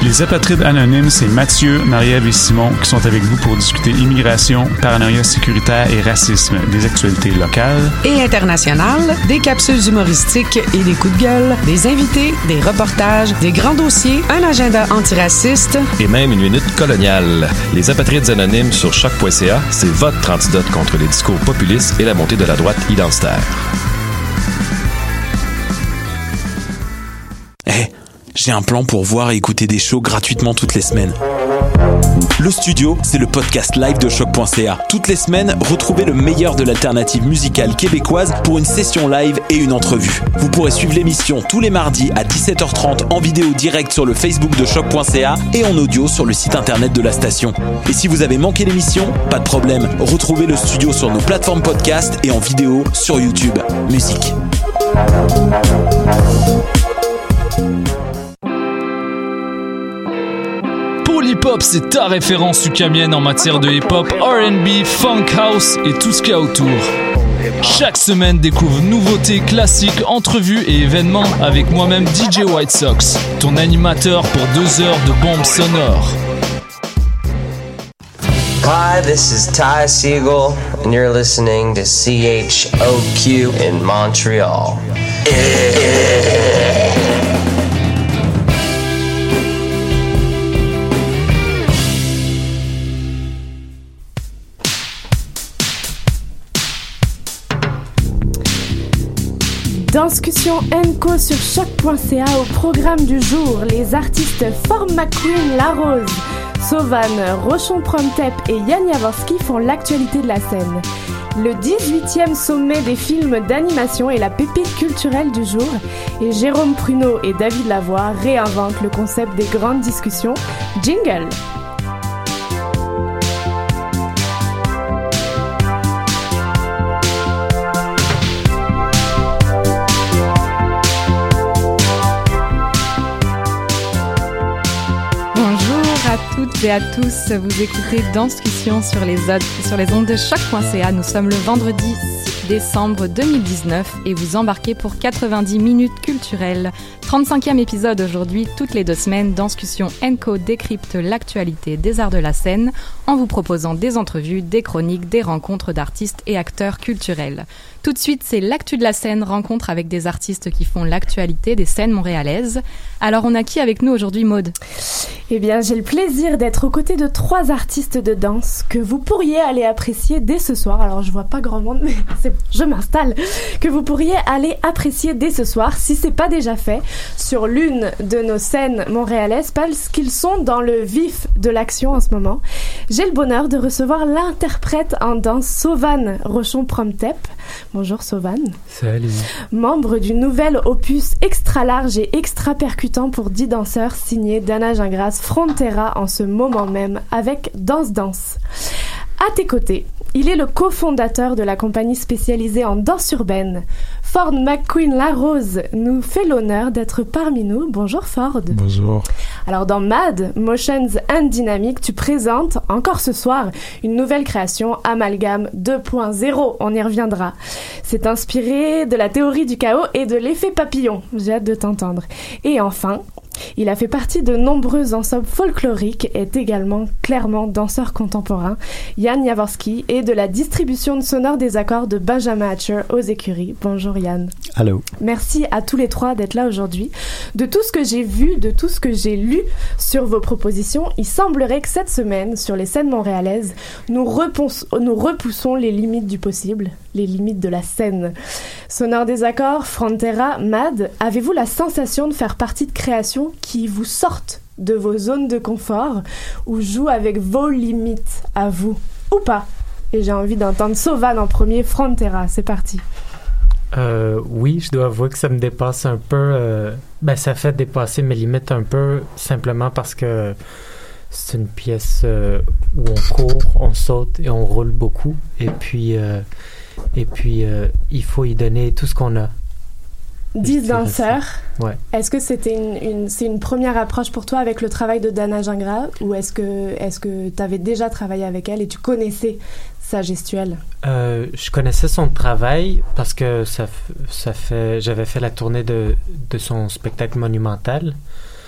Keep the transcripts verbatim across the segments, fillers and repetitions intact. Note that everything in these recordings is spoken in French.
Les apatrides anonymes, c'est Mathieu, Marie-Ève et Simon qui sont avec vous pour discuter immigration, paranoïa sécuritaire et racisme, des actualités locales et internationales, des capsules humoristiques et des coups de gueule, des invités, des reportages, des grands dossiers, un agenda antiraciste et même une minute coloniale. Les apatrides anonymes sur choc point c a, c'est votre antidote contre les discours populistes et la montée de la droite identitaire. Hey, j'ai un plan pour voir et écouter des shows gratuitement toutes les semaines. Le Studio, c'est le podcast live de choc point c a. Toutes les semaines, retrouvez le meilleur de l'alternative musicale québécoise pour une session live et une entrevue. Vous pourrez suivre l'émission tous les mardis à dix-sept heures trente en vidéo direct sur le Facebook de choc point c a et en audio sur le site internet de la station. Et si vous avez manqué l'émission, pas de problème, retrouvez le Studio sur nos plateformes podcast et en vidéo sur YouTube. Musique. Polypop, c'est ta référence ukamienne en matière de hip-hop, R and B, funk house et tout ce qu'il y a autour. Chaque semaine, découvre nouveautés, classiques, entrevues et événements avec moi-même D J White Sox, ton animateur pour deux heures de bombes sonores. Hi, this is Ty Siegel, and you're listening to C H O Q in Montreal. Discussion Enco sur choc point c a. Au programme du jour, les artistes Form McQueen, La Rose, Sovan, Rochon Promtep et Yann Yavorski font l'actualité de la scène. Le dix-huitième sommet des films d'animation est la pépite culturelle du jour et Jérôme Pruneau et David Lavoie réinventent le concept des grandes discussions. Jingle! toutes et à tous, vous écoutez Danscussion sur les, od- sur les ondes de choc point c a. Nous sommes le vendredi six décembre deux mille dix-neuf et vous embarquez pour quatre-vingt-dix minutes culturelles. trente-cinquième épisode aujourd'hui, toutes les deux semaines, Danscussion Enco décrypte l'actualité des arts de la scène en vous proposant des entrevues, des chroniques, des rencontres d'artistes et acteurs culturels. Tout de suite, c'est l'actu de la scène, rencontre avec des artistes qui font l'actualité des scènes montréalaises. Alors, on a qui avec nous aujourd'hui, Maude ? Eh bien, j'ai le plaisir d'être aux côtés de trois artistes de danse que vous pourriez aller apprécier dès ce soir. Alors, je vois pas grand monde, mais c'est, je m'installe. Que vous pourriez aller apprécier dès ce soir, si c'est pas déjà fait, sur l'une de nos scènes montréalaises, parce qu'ils sont dans le vif de l'action en ce moment. J'ai le bonheur de recevoir l'interprète en danse Sovan Rochon Promtep. Bonjour Sovan. Salut. Membre du nouvel opus extra large et extra percutant pour dix danseurs signé Dana Gingras Frontera en ce moment même avec Danse Danse. À tes côtés, il est le cofondateur de la compagnie spécialisée en danse urbaine. Ford McQueen La Rose nous fait l'honneur d'être parmi nous. Bonjour Ford. Bonjour. Alors dans Mad, Motions and Dynamic, tu présentes encore ce soir une nouvelle création, Amalgame deux point zéro. On y reviendra. C'est inspiré de la théorie du chaos et de l'effet papillon. J'ai hâte de t'entendre. Et enfin, il a fait partie de nombreux ensembles folkloriques, est également clairement danseur contemporain, Yann Yavorski, et de la distribution de sonore des accords de Benjamin Hatcher aux écuries. Bonjour Yann. Allô. Merci à tous les trois d'être là aujourd'hui. De tout ce que j'ai vu, de tout ce que j'ai lu sur vos propositions, il semblerait que cette semaine, sur les scènes montréalaises, nous, repons- nous repoussons les limites du possible, les limites de la scène. Sonore des accords, Frontera, Mad, avez-vous la sensation de faire partie de créations qui vous sortent de vos zones de confort ou jouent avec vos limites à vous, ou pas? Et j'ai envie d'entendre Sovan en premier. Frontera, c'est parti. Euh, oui, je dois avouer que ça me dépasse un peu. Euh, ben, ça fait dépasser mes limites un peu, simplement parce que c'est une pièce euh, où on court, on saute et on roule beaucoup. Et puis, euh, et puis euh, il faut y donner tout ce qu'on a. dix danseurs. Ouais. Est-ce que c'était une, une, c'est une première approche pour toi avec le travail de Dana Gingras, ou est-ce que est-ce que tu avais déjà travaillé avec elle et tu connaissais sa gestuelle? Euh, je connaissais son travail parce que ça, ça fait, j'avais fait la tournée de, de son spectacle monumental.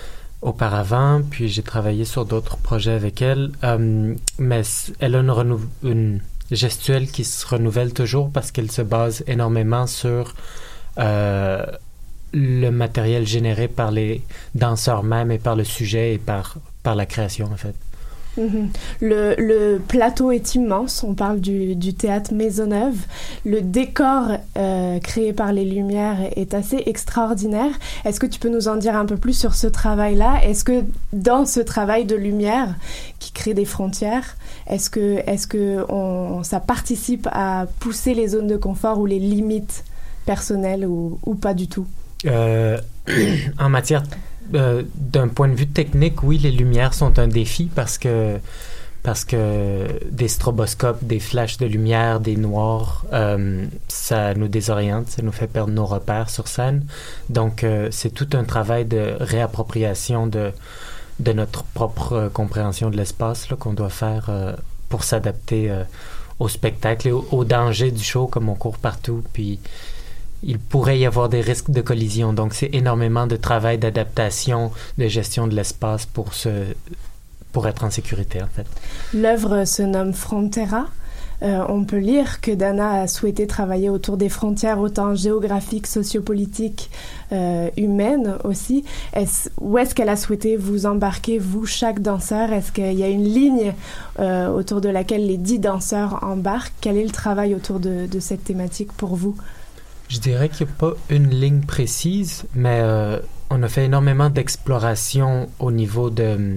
auparavant, puis j'ai travaillé sur d'autres projets avec elle. Euh, mais elle a une, renou- une gestuelle qui se renouvelle toujours parce qu'elle se base énormément sur euh, le matériel généré par les danseurs mêmes et par le sujet et par, par la création, en fait. Mm-hmm. Le, le plateau est immense, on parle du, du théâtre Maisonneuve. Le décor euh, créé par les lumières est assez extraordinaire. Est-ce que tu peux nous en dire un peu plus sur ce travail-là? Est-ce que dans ce travail de lumière qui crée des frontières, est-ce que, est-ce que on, ça participe à pousser les zones de confort ou les limites personnelles ou, ou pas du tout? Euh, en matière Euh, d'un point de vue technique, oui, les lumières sont un défi parce que parce que des stroboscopes, des flashs de lumière, des noirs, euh, ça nous désoriente, ça nous fait perdre nos repères sur scène. Donc, euh, c'est tout un travail de réappropriation de de notre propre euh, compréhension de l'espace là, qu'on doit faire euh, pour s'adapter euh, au spectacle et au, au danger du show, comme on court partout, puis il pourrait y avoir des risques de collision. Donc, c'est énormément de travail d'adaptation, de gestion de l'espace pour, se, pour être en sécurité, en fait. L'œuvre se nomme Frontera. Euh, on peut lire que Dana a souhaité travailler autour des frontières autant géographiques, sociopolitiques, euh, humaines aussi. Est-ce, où est-ce qu'elle a souhaité vous embarquer, vous, chaque danseur? Est-ce qu'il y a une ligne euh, autour de laquelle les dix danseurs embarquent? Quel est le travail autour de, de cette thématique pour vous? Je dirais qu'il n'y a pas une ligne précise, mais euh, on a fait énormément d'exploration au niveau de,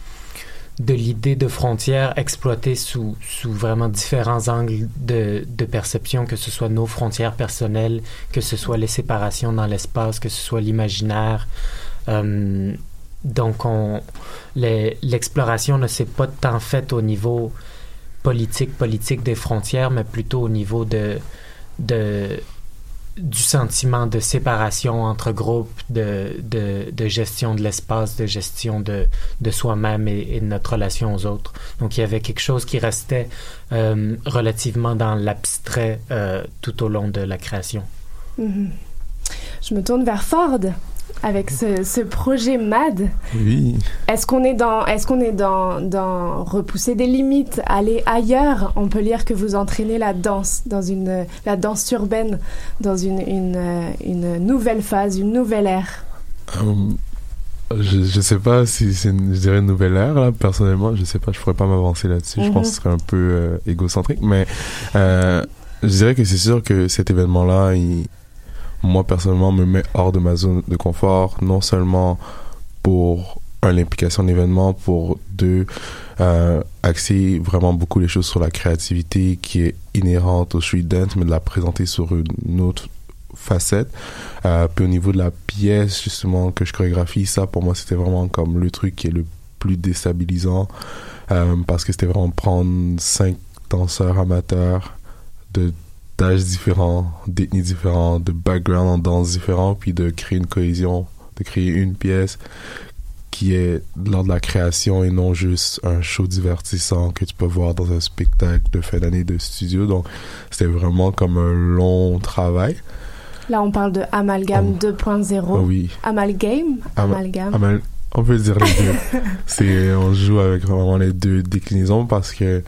de l'idée de frontières exploitée sous, sous vraiment différents angles de, de perception, que ce soit nos frontières personnelles, que ce soit les séparations dans l'espace, que ce soit l'imaginaire. Euh, donc, on, les, l'exploration ne s'est pas tant faite au niveau politique, politique des frontières, mais plutôt au niveau de... de du sentiment de séparation entre groupes, de, de, de gestion de l'espace, de gestion de, de soi-même et, et de notre relation aux autres. Donc, il y avait quelque chose qui restait euh, relativement dans l'abstrait euh, tout au long de la création. Mm-hmm. Je me tourne vers Ford avec ce, ce projet M A D. Oui. Est-ce qu'on est dans, est-ce qu'on est dans, dans repousser des limites, aller ailleurs? On peut lire que vous entraînez la danse dans une, la danse urbaine dans une, une, une nouvelle phase, une nouvelle ère. Um, je, je sais pas si c'est une, je dirais une nouvelle ère, là, personnellement. Je sais pas, je pourrais pas m'avancer là-dessus. Mm-hmm. Je pense que ce serait un peu euh, égocentrique, mais euh, je dirais que c'est sûr que cet événement-là, il moi, personnellement, me met hors de ma zone de confort, non seulement pour, un, l'implication de l'événement, pour deux, euh, axer vraiment beaucoup les choses sur la créativité qui est inhérente au street dance, mais de la présenter sur une autre facette. Euh, puis au niveau de la pièce, justement, que je chorégraphie, ça, pour moi, c'était vraiment comme le truc qui est le plus déstabilisant, euh, parce que c'était vraiment prendre cinq danseurs amateurs de d'âges différents, d'ethnies différents, de background en danse différents, puis de créer une cohésion, de créer une pièce qui est lors de la création et non juste un show divertissant que tu peux voir dans un spectacle de fin d'année de studio. Donc, c'était vraiment comme un long travail. Là, on parle de Amalgame oh. deux point zéro. Oui. Amalgame? Am- Amalgame. Amal- on peut dire les deux. C'est, on joue avec vraiment les deux déclinaisons parce que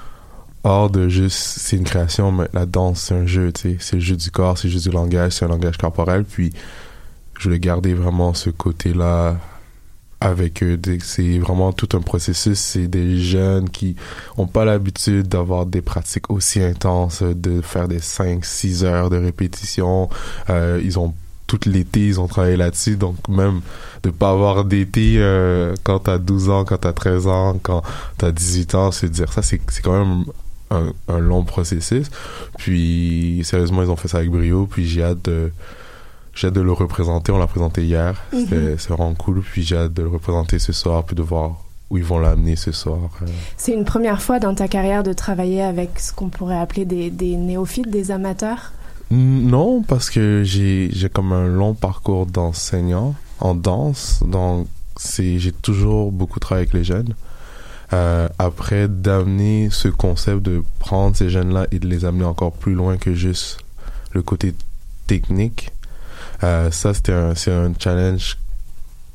hors de juste, c'est une création, mais la danse, c'est un jeu, tu sais. C'est le jeu du corps, c'est le jeu du langage, c'est un langage corporel. Puis, je voulais garder vraiment ce côté-là avec eux. C'est vraiment tout un processus. C'est des jeunes qui ont pas l'habitude d'avoir des pratiques aussi intenses, de faire des cinq six heures de répétition. Euh, ils ont tout l'été, ils ont travaillé là-dessus. Donc, même de pas avoir d'été euh, quand t'as douze ans, quand t'as treize ans, quand t'as dix-huit ans, se dire ça, c'est, c'est quand même un, un long processus. Puis, sérieusement, ils ont fait ça avec brio. Puis, j'ai hâte de, j'ai hâte de le représenter. On l'a présenté hier. Mm-hmm. C'était, c'est vraiment cool. Puis, j'ai hâte de le représenter ce soir, puis de voir où ils vont l'amener ce soir. C'est une première fois dans ta carrière de travailler avec ce qu'on pourrait appeler des, des néophytes, des amateurs? Non, parce que j'ai, j'ai comme un long parcours d'enseignant en danse. Donc, c'est, j'ai toujours beaucoup travaillé avec les jeunes. Euh, après, d'amener ce concept de prendre ces jeunes-là et de les amener encore plus loin que juste le côté technique, euh, ça, c'était un, c'est un challenge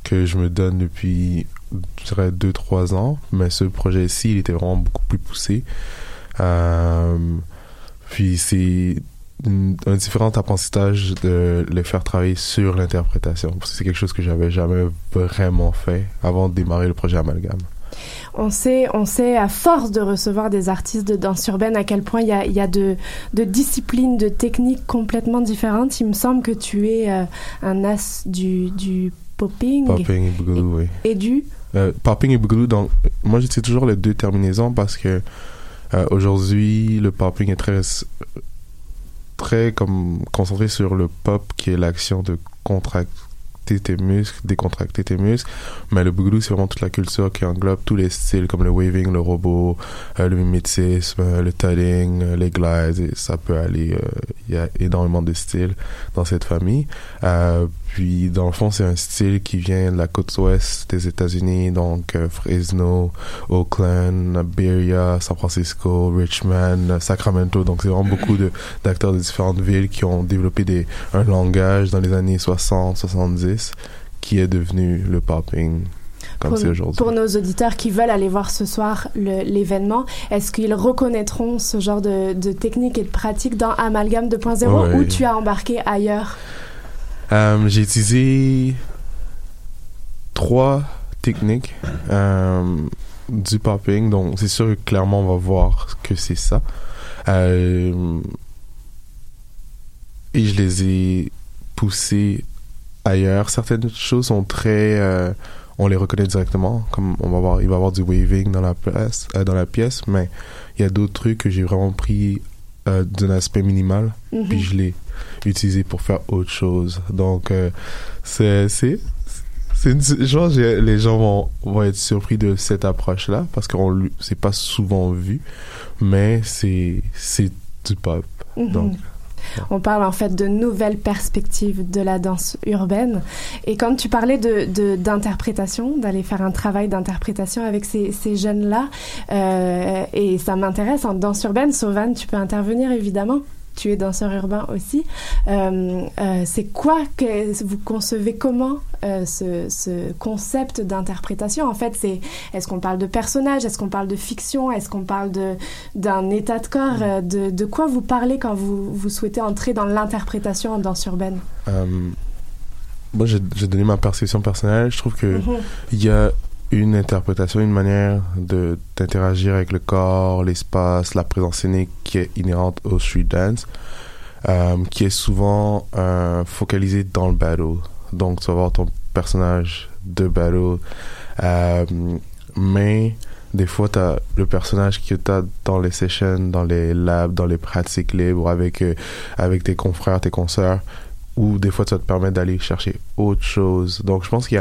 que je me donne depuis, je dirais, deux trois ans. Mais ce projet-ci, il était vraiment beaucoup plus poussé. Euh, puis c'est une, un différent apprentissage de les faire travailler sur l'interprétation. Parce que c'est quelque chose que j'avais jamais vraiment fait avant de démarrer le projet Amalgame. On sait, on sait à force de recevoir des artistes de danse urbaine à quel point il y a, il y a de, de disciplines, de techniques complètement différentes. Il me semble que tu es euh, un as du, du popping. Popping et boogaloo, oui. Et du euh, Popping et boogaloo, donc, moi j'utilise toujours les deux terminaisons parce que euh, aujourd'hui, le popping est très, très comme, concentré sur le pop qui est l'action de contracter tes muscles, décontracter tes muscles, mais le boogaloo c'est vraiment toute la culture qui englobe tous les styles comme le waving, le robot, euh, le mimétisme, euh, le thudding, euh, les glides, et ça peut aller, il euh, y a énormément de styles dans cette famille. Euh, puis dans le fond c'est un style qui vient de la côte ouest des États-Unis, donc euh, Fresno, Oakland, Berea, San Francisco, Richmond, Sacramento, donc c'est vraiment beaucoup de d'acteurs de différentes villes qui ont développé des un langage dans les années soixante soixante-dix qui est devenu le popping comme pour, c'est aujourd'hui. Pour nos auditeurs qui veulent aller voir ce soir le, l'événement, est-ce qu'ils reconnaîtront ce genre de, de technique et de pratique dans Amalgame deux point zéro ouais. ou tu as embarqué ailleurs? Euh, j'ai utilisé trois techniques euh, du popping, donc c'est sûr que clairement on va voir que c'est ça. Euh, et je les ai poussées ailleurs. Certaines choses sont très... Euh, on les reconnaît directement, comme on va voir, il va y avoir du waving dans la pièce, euh, dans la pièce, mais il y a d'autres trucs que j'ai vraiment pris euh, d'un aspect minimal, mm-hmm. puis je l'ai utilisé pour faire autre chose. Donc, euh, c'est... c'est c'est une, je pense que les gens vont, vont être surpris de cette approche-là, parce que c'est pas souvent vu, mais c'est, c'est du pop. Mm-hmm. Donc... On parle en fait de nouvelles perspectives de la danse urbaine. Et quand tu parlais de, de, d'interprétation, d'aller faire un travail d'interprétation avec ces, ces jeunes-là, euh, et ça m'intéresse en danse urbaine, Sovan, tu peux intervenir évidemment. Tu es danseur urbain aussi. Euh, euh, c'est quoi que vous concevez comment euh, ce, ce concept d'interprétation? En fait, c'est est-ce qu'on parle de personnages, est-ce qu'on parle de fiction, est-ce qu'on parle de d'un état de corps? Euh, de, de quoi vous parlez quand vous, vous souhaitez entrer dans l'interprétation en danse urbaine? Euh, moi, j'ai, j'ai donné ma perception personnelle. Je trouve que mm-hmm. il y a une interprétation, une manière de d'interagir avec le corps, l'espace, la présence scénique qui est inhérente au street dance, euh, qui est souvent euh, focalisée dans le battle. Donc, tu vas voir ton personnage de battle, euh, mais des fois, tu as le personnage que tu as dans les sessions, dans les labs, dans les pratiques libres avec, euh, avec tes confrères, tes consoeurs, ou des fois, ça te permet d'aller chercher autre chose. Donc, je pense qu'il y a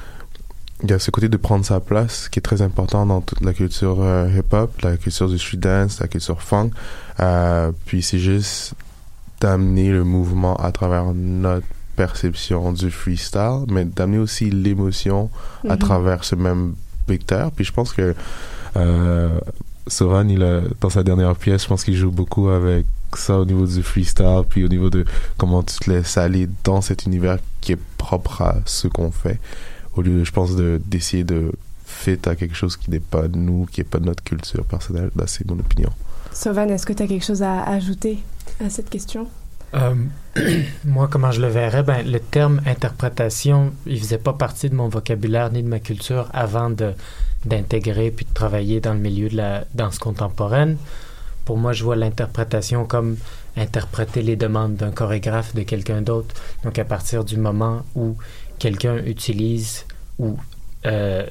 Il y a ce côté de prendre sa place qui est très important dans toute la culture euh, hip-hop, la culture du street dance, la culture funk. Euh, puis c'est juste d'amener le mouvement à travers notre perception du freestyle, mais d'amener aussi l'émotion mm-hmm. à travers ce même vecteur. Puis je pense que euh, Sovan, il a, dans sa dernière pièce, je pense qu'il joue beaucoup avec ça au niveau du freestyle, puis au niveau de comment tu te laisses aller dans cet univers qui est propre à ce qu'on fait. Au lieu, je pense, de, d'essayer de fit à quelque chose qui n'est pas nous, qui n'est pas notre culture personnelle. Ben, c'est mon opinion. Sovan, est-ce que tu as quelque chose à ajouter à cette question? Euh, moi, comment je le verrais? Ben, le terme interprétation, il faisait pas partie de mon vocabulaire ni de ma culture avant de, d'intégrer puis de travailler dans le milieu de la danse contemporaine. Pour moi, je vois l'interprétation comme interpréter les demandes d'un chorégraphe, de quelqu'un d'autre. Donc, à partir du moment où quelqu'un utilise ou euh,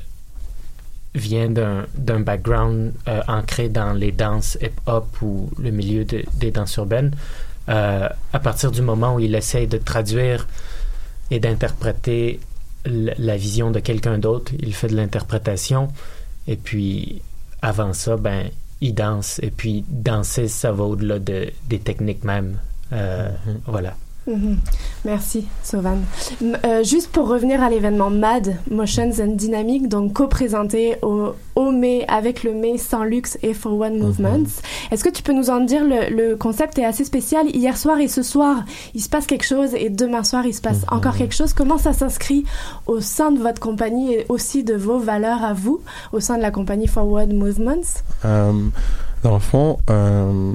vient d'un, d'un background euh, ancré dans les danses hip-hop ou le milieu de, des danses urbaines, euh, à partir du moment où il essaye de traduire et d'interpréter l- la vision de quelqu'un d'autre, il fait de l'interprétation. Et puis, avant ça, ben, il danse. Et puis, danser, ça va au-delà de, des techniques même. Euh, mm-hmm. Voilà. Mm-hmm. Merci, Sovan. Euh, juste pour revenir à l'événement M A D, Motions and Dynamics, donc co-présenté au, au mai avec le M A I Sans Luxe et For One Movements. Mm-hmm. Est-ce que tu peux nous en dire, le, le concept est assez spécial. Hier soir et ce soir, il se passe quelque chose et demain soir, il se passe mm-hmm. encore quelque chose. Comment ça s'inscrit au sein de votre compagnie et aussi de vos valeurs à vous, au sein de la compagnie For One Movements? Euh, dans le fond, euh,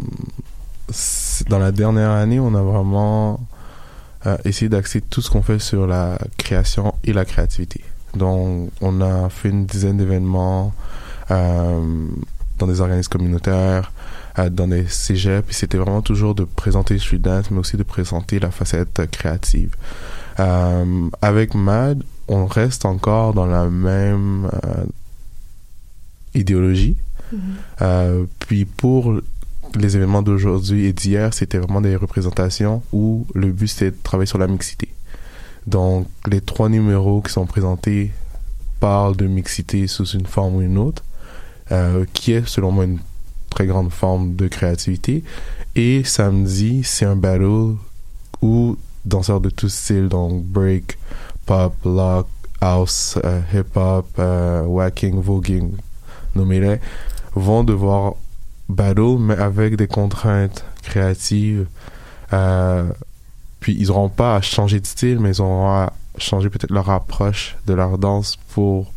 dans la dernière année, on a vraiment euh, essayé d'axer tout ce qu'on fait sur la création et la créativité. Donc, on a fait une dizaine d'événements euh, dans des organismes communautaires, euh, dans des cégeps, et c'était vraiment toujours de présenter Street Dance, mais aussi de présenter la facette créative. Euh, avec M A D, on reste encore dans la même euh, idéologie. Mm-hmm. Euh, puis pour les événements d'aujourd'hui et d'hier, c'était vraiment des représentations où le but c'était de travailler sur la mixité. Donc les trois numéros qui sont présentés parlent de mixité sous une forme ou une autre, euh, qui est selon moi une très grande forme de créativité. Et samedi, c'est un battle où danseurs de tous styles, donc break, pop, lock, house, euh, hip-hop, euh, whacking, voguing, nommez-les, vont devoir battle, mais avec des contraintes créatives. Euh, puis ils n'auront pas à changer de style, mais ils auront à changer peut-être leur approche de leur danse pour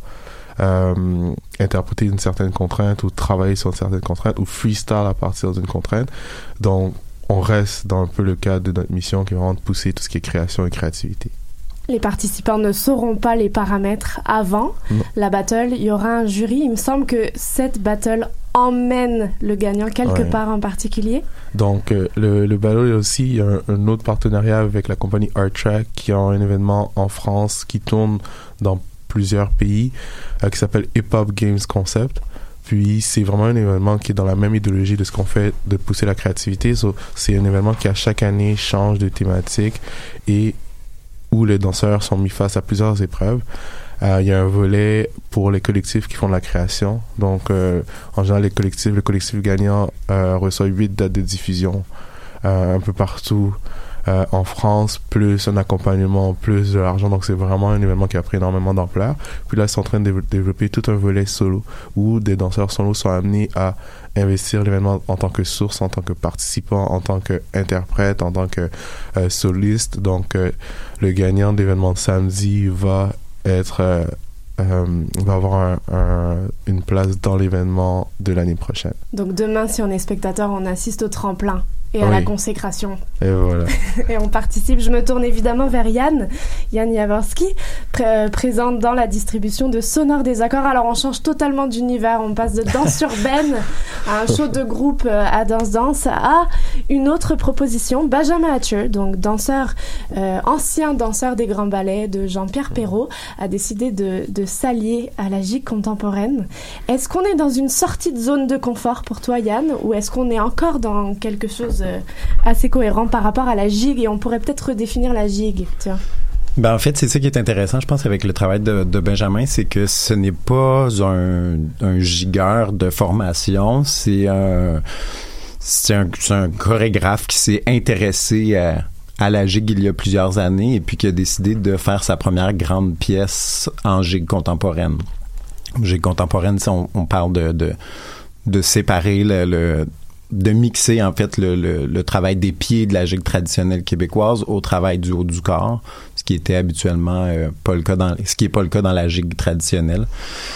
euh, interpréter une certaine contrainte ou travailler sur une certaine contrainte ou freestyle à partir d'une contrainte. Donc, on reste dans un peu le cadre de notre mission qui est vraiment de pousser tout ce qui est création et créativité. Les participants ne sauront pas les paramètres avant non. la battle. Il y aura un jury. Il me semble que cette battle emmène le gagnant quelque ouais. part en particulier. Donc, euh, le, le battle, il y a aussi un, un autre partenariat avec la compagnie Art Track qui a un événement en France qui tourne dans plusieurs pays euh, qui s'appelle Hip Hop Games Concept. Puis, c'est vraiment un événement qui est dans la même idéologie de ce qu'on fait, de pousser la créativité. So, c'est un événement qui, à chaque année, change de thématique et où les danseurs sont mis face à plusieurs épreuves. Euh, il y a un volet pour les collectifs qui font de la création. Donc, euh, en général, les collectifs, le collectif gagnant euh, reçoit huit dates de diffusion euh, un peu partout euh, en France, plus un accompagnement, plus de l'argent. Donc, c'est vraiment un événement qui a pris énormément d'ampleur. Puis là, ils sont en train de développer tout un volet solo où des danseurs solo sont amenés à investir l'événement en tant que source, en tant que participant, en tant qu'interprète, en tant que euh, soliste. Donc, euh, le gagnant de l'événement de samedi va être euh, euh, va avoir un, un, une place dans l'événement de l'année prochaine. Donc demain, si on est spectateur, on assiste au tremplin et à oui. la consécration. Et voilà. Et on participe. Je me tourne évidemment vers Yann, Yann Jaworski, pr- présente dans la distribution de Sonore des Accords. Alors, on change totalement d'univers. On passe de danse urbaine à un show de groupe à danse-danse à une autre proposition. Benjamin Hatcher, donc danseur, euh, ancien danseur des Grands Ballets de Jean-Pierre Perrault, a décidé de, de s'allier à la gigue contemporaine. Est-ce qu'on est dans une sortie de zone de confort pour toi, Yann, ou est-ce qu'on est encore dans quelque chose assez cohérent par rapport à la gigue, et on pourrait peut-être redéfinir la gigue, tiens. Ben en fait, c'est ça qui est intéressant, je pense, avec le travail de, de Benjamin, c'est que ce n'est pas un, un gigueur de formation, c'est un, c'est un, c'est un chorégraphe qui s'est intéressé à, à la gigue il y a plusieurs années et puis qui a décidé de faire sa première grande pièce en gigue contemporaine. Gigue contemporaine, si on, on parle de, de, de séparer le, le de mixer en fait le, le, le travail des pieds de la gigue traditionnelle québécoise au travail du haut du corps, ce qui était habituellement euh, pas le cas dans ce qui est pas le cas dans la gigue traditionnelle.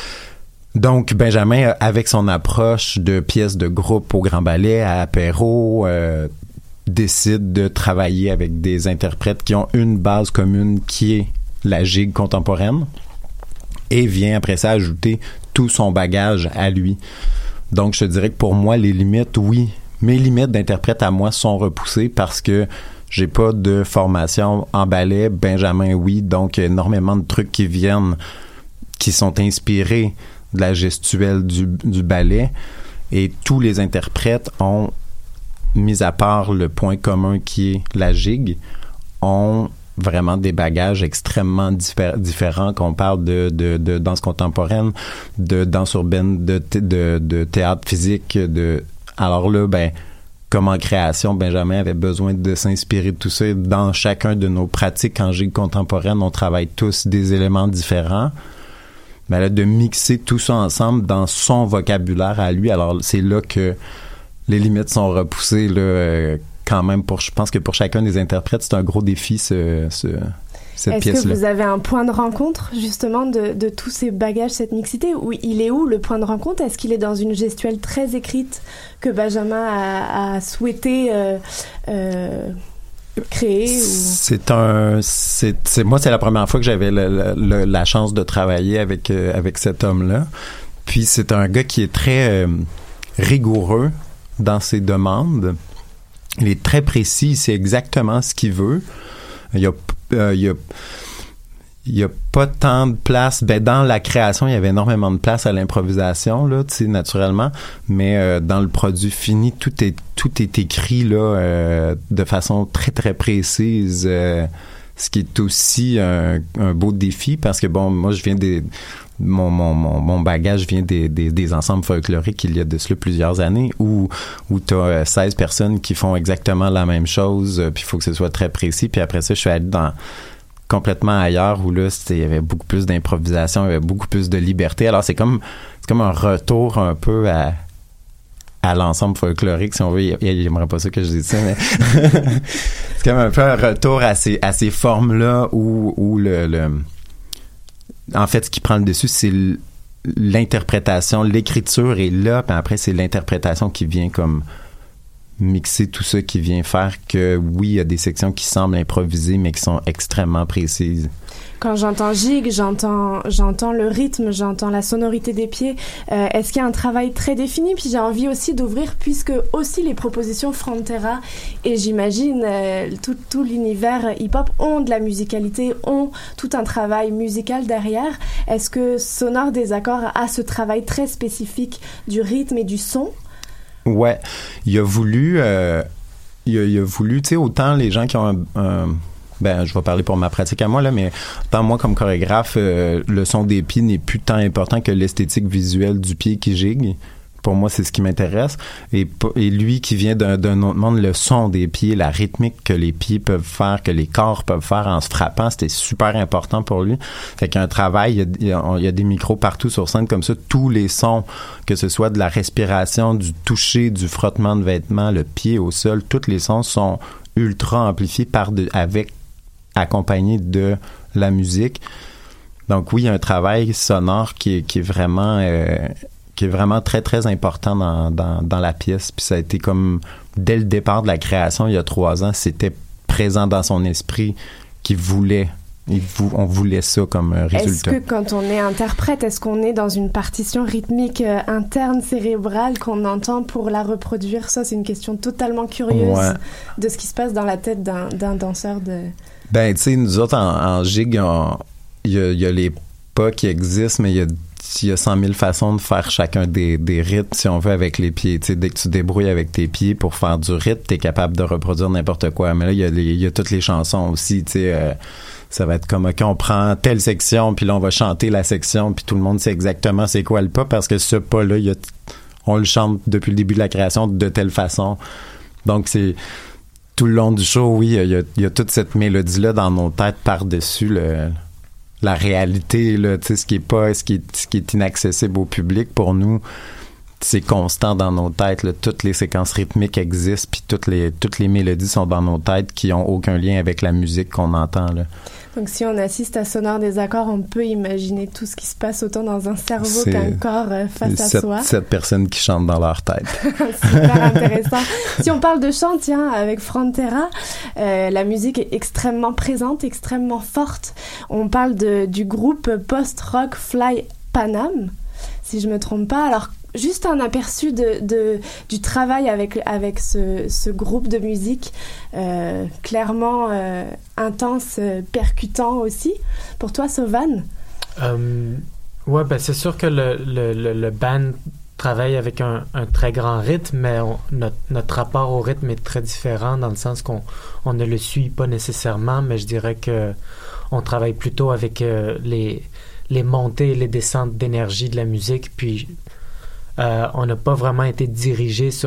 Donc Benjamin, avec son approche de pièces de groupe au Grand Ballet, à Perrault, euh, décide de travailler avec des interprètes qui ont une base commune qui est la gigue contemporaine et vient après ça ajouter tout son bagage à lui. Donc, je te dirais que pour moi, les limites, oui, mes limites d'interprète à moi sont repoussées parce que j'ai pas de formation en ballet. Benjamin, oui, donc il y a énormément de trucs qui viennent, qui sont inspirés de la gestuelle du, du ballet. Et tous les interprètes ont, mis à part le point commun qui est la gigue, ont vraiment des bagages extrêmement diffé- différents, qu'on parle de, de, de danse contemporaine, de danse urbaine, de, de, de théâtre physique. De... Alors là, ben, comme en création, Benjamin avait besoin de s'inspirer de tout ça. Dans chacun de nos pratiques en gigue contemporaine, on travaille tous des éléments différents. Mais là, de mixer tout ça ensemble dans son vocabulaire à lui, alors c'est là que les limites sont repoussées, là, euh, quand même. Pour, je pense que pour chacun des interprètes, c'est un gros défi, ce, ce, cette Est-ce pièce-là. que vous avez un point de rencontre, justement, de, de tous ces bagages, cette mixité? Où, il est où, le point de rencontre? Est-ce qu'il est dans une gestuelle très écrite que Benjamin a, a souhaité euh, euh, créer? Ou... C'est un... C'est, c'est, moi, c'est la première fois que j'avais le, le, la chance de travailler avec, euh, avec cet homme-là. Puis c'est un gars qui est très euh, rigoureux dans ses demandes. Il est très précis, il sait exactement ce qu'il veut. Il y a, euh, il y a, il y a pas tant de place. Ben, dans la création, il y avait énormément de place à l'improvisation, là, tu sais, naturellement. Mais euh, dans le produit fini, tout est, tout est écrit, là, euh, de façon très, très précise. Euh, ce qui est aussi un, un beau défi parce que, bon, moi, je viens des... Mon, mon, mon, mon bagage vient des, des, des ensembles folkloriques il y a de cela plusieurs années où, où tu as seize personnes qui font exactement la même chose, puis il faut que ce soit très précis. Puis après ça, je suis allé dans complètement ailleurs où là, il y avait beaucoup plus d'improvisation, il y avait beaucoup plus de liberté. Alors, c'est comme, c'est comme un retour un peu à, à l'ensemble folklorique, si on veut. J'aimerais pas ça que je dise ça, mais c'est comme un peu un retour à ces, à ces formes-là où, où le... le en fait, ce qui prend le dessus, c'est l'interprétation. L'écriture est là, puis après, c'est l'interprétation qui vient comme mixer tout ça, qui vient faire que, oui, il y a des sections qui semblent improvisées, mais qui sont extrêmement précises. Quand j'entends gigue, j'entends, j'entends le rythme, j'entends la sonorité des pieds. Euh, est-ce qu'il y a un travail très défini? Puis j'ai envie aussi d'ouvrir, puisque aussi les propositions Frontera et j'imagine euh, tout, tout l'univers hip-hop ont de la musicalité, ont tout un travail musical derrière. Est-ce que Sonore des Accords a ce travail très spécifique du rythme et du son? Ouais, il a voulu, euh, il, a, il a voulu, tu sais, autant les gens qui ont un, un ben, je vais parler pour ma pratique à moi, là, mais tant moi, comme chorégraphe, euh, le son des pieds n'est plus tant important que l'esthétique visuelle du pied qui gigue. Pour moi, c'est ce qui m'intéresse. Et, et lui, qui vient d'un, d'un autre monde, le son des pieds, la rythmique que les pieds peuvent faire, que les corps peuvent faire en se frappant, c'était super important pour lui. Fait qu'il y a un travail, il y a, il y a, il y a des micros partout sur scène comme ça. Tous les sons, que ce soit de la respiration, du toucher, du frottement de vêtements, le pied au sol, tous les sons sont ultra amplifiés par de, avec accompagné de la musique. Donc oui, il y a un travail sonore qui est, qui est vraiment euh, qui est vraiment très très important dans, dans, dans la pièce. Puis ça a été comme dès le départ de la création il y a trois ans, c'était présent dans son esprit qu'il voulait. Il vou- on voulait ça comme résultat. Est-ce que quand on est interprète, est-ce qu'on est dans une partition rythmique euh, interne cérébrale qu'on entend pour la reproduire? Ça, c'est une question totalement curieuse ouais. de ce qui se passe dans la tête d'un, d'un danseur de... Ben, tu sais, nous autres, en, en gigue, il y a, y a les pas qui existent, mais il y a, y a cent mille façons de faire chacun des, des rythmes, si on veut, avec les pieds. Tu sais, dès que tu débrouilles avec tes pieds pour faire du rythme, t'es capable de reproduire n'importe quoi. Mais là, il y a, les, y a toutes les chansons aussi, tu sais... Euh, ça va être comme, OK, on prend telle section, puis là, on va chanter la section, puis tout le monde sait exactement c'est quoi le pas, parce que ce pas-là, y a, on le chante depuis le début de la création de telle façon. Donc, c'est... Tout le long du show, oui, il y a, y a toute cette mélodie-là dans nos têtes par-dessus le, la réalité, là, tu sais, ce qui est pas, ce qui est, ce qui est inaccessible au public. Pour nous, c'est constant dans nos têtes, là. Toutes les séquences rythmiques existent, puis toutes les, toutes les mélodies sont dans nos têtes qui ont aucun lien avec la musique qu'on entend, là. Donc, si on assiste à Sonore des Accords, on peut imaginer tout ce qui se passe autant dans un cerveau c'est qu'un corps euh, face sept, à soi. Sept personnes qui chantent dans leur tête. Super intéressant. Si on parle de chant, tiens, avec Frontera, euh, la musique est extrêmement présente, extrêmement forte. On parle de, du groupe post-rock Fly Panam, si je me trompe pas. Alors, juste un aperçu de, de, du travail avec, avec ce, ce groupe de musique, euh, clairement euh, intense, euh, percutant aussi. Pour toi, Sovan? Euh, ouais, ben c'est sûr que le, le, le, le band travaille avec un, un très grand rythme, mais on, notre, notre rapport au rythme est très différent dans le sens qu'on on ne le suit pas nécessairement, mais je dirais que on travaille plutôt avec euh, les, les montées et les descentes d'énergie de la musique, puis Euh, on n'a pas vraiment été dirigé sur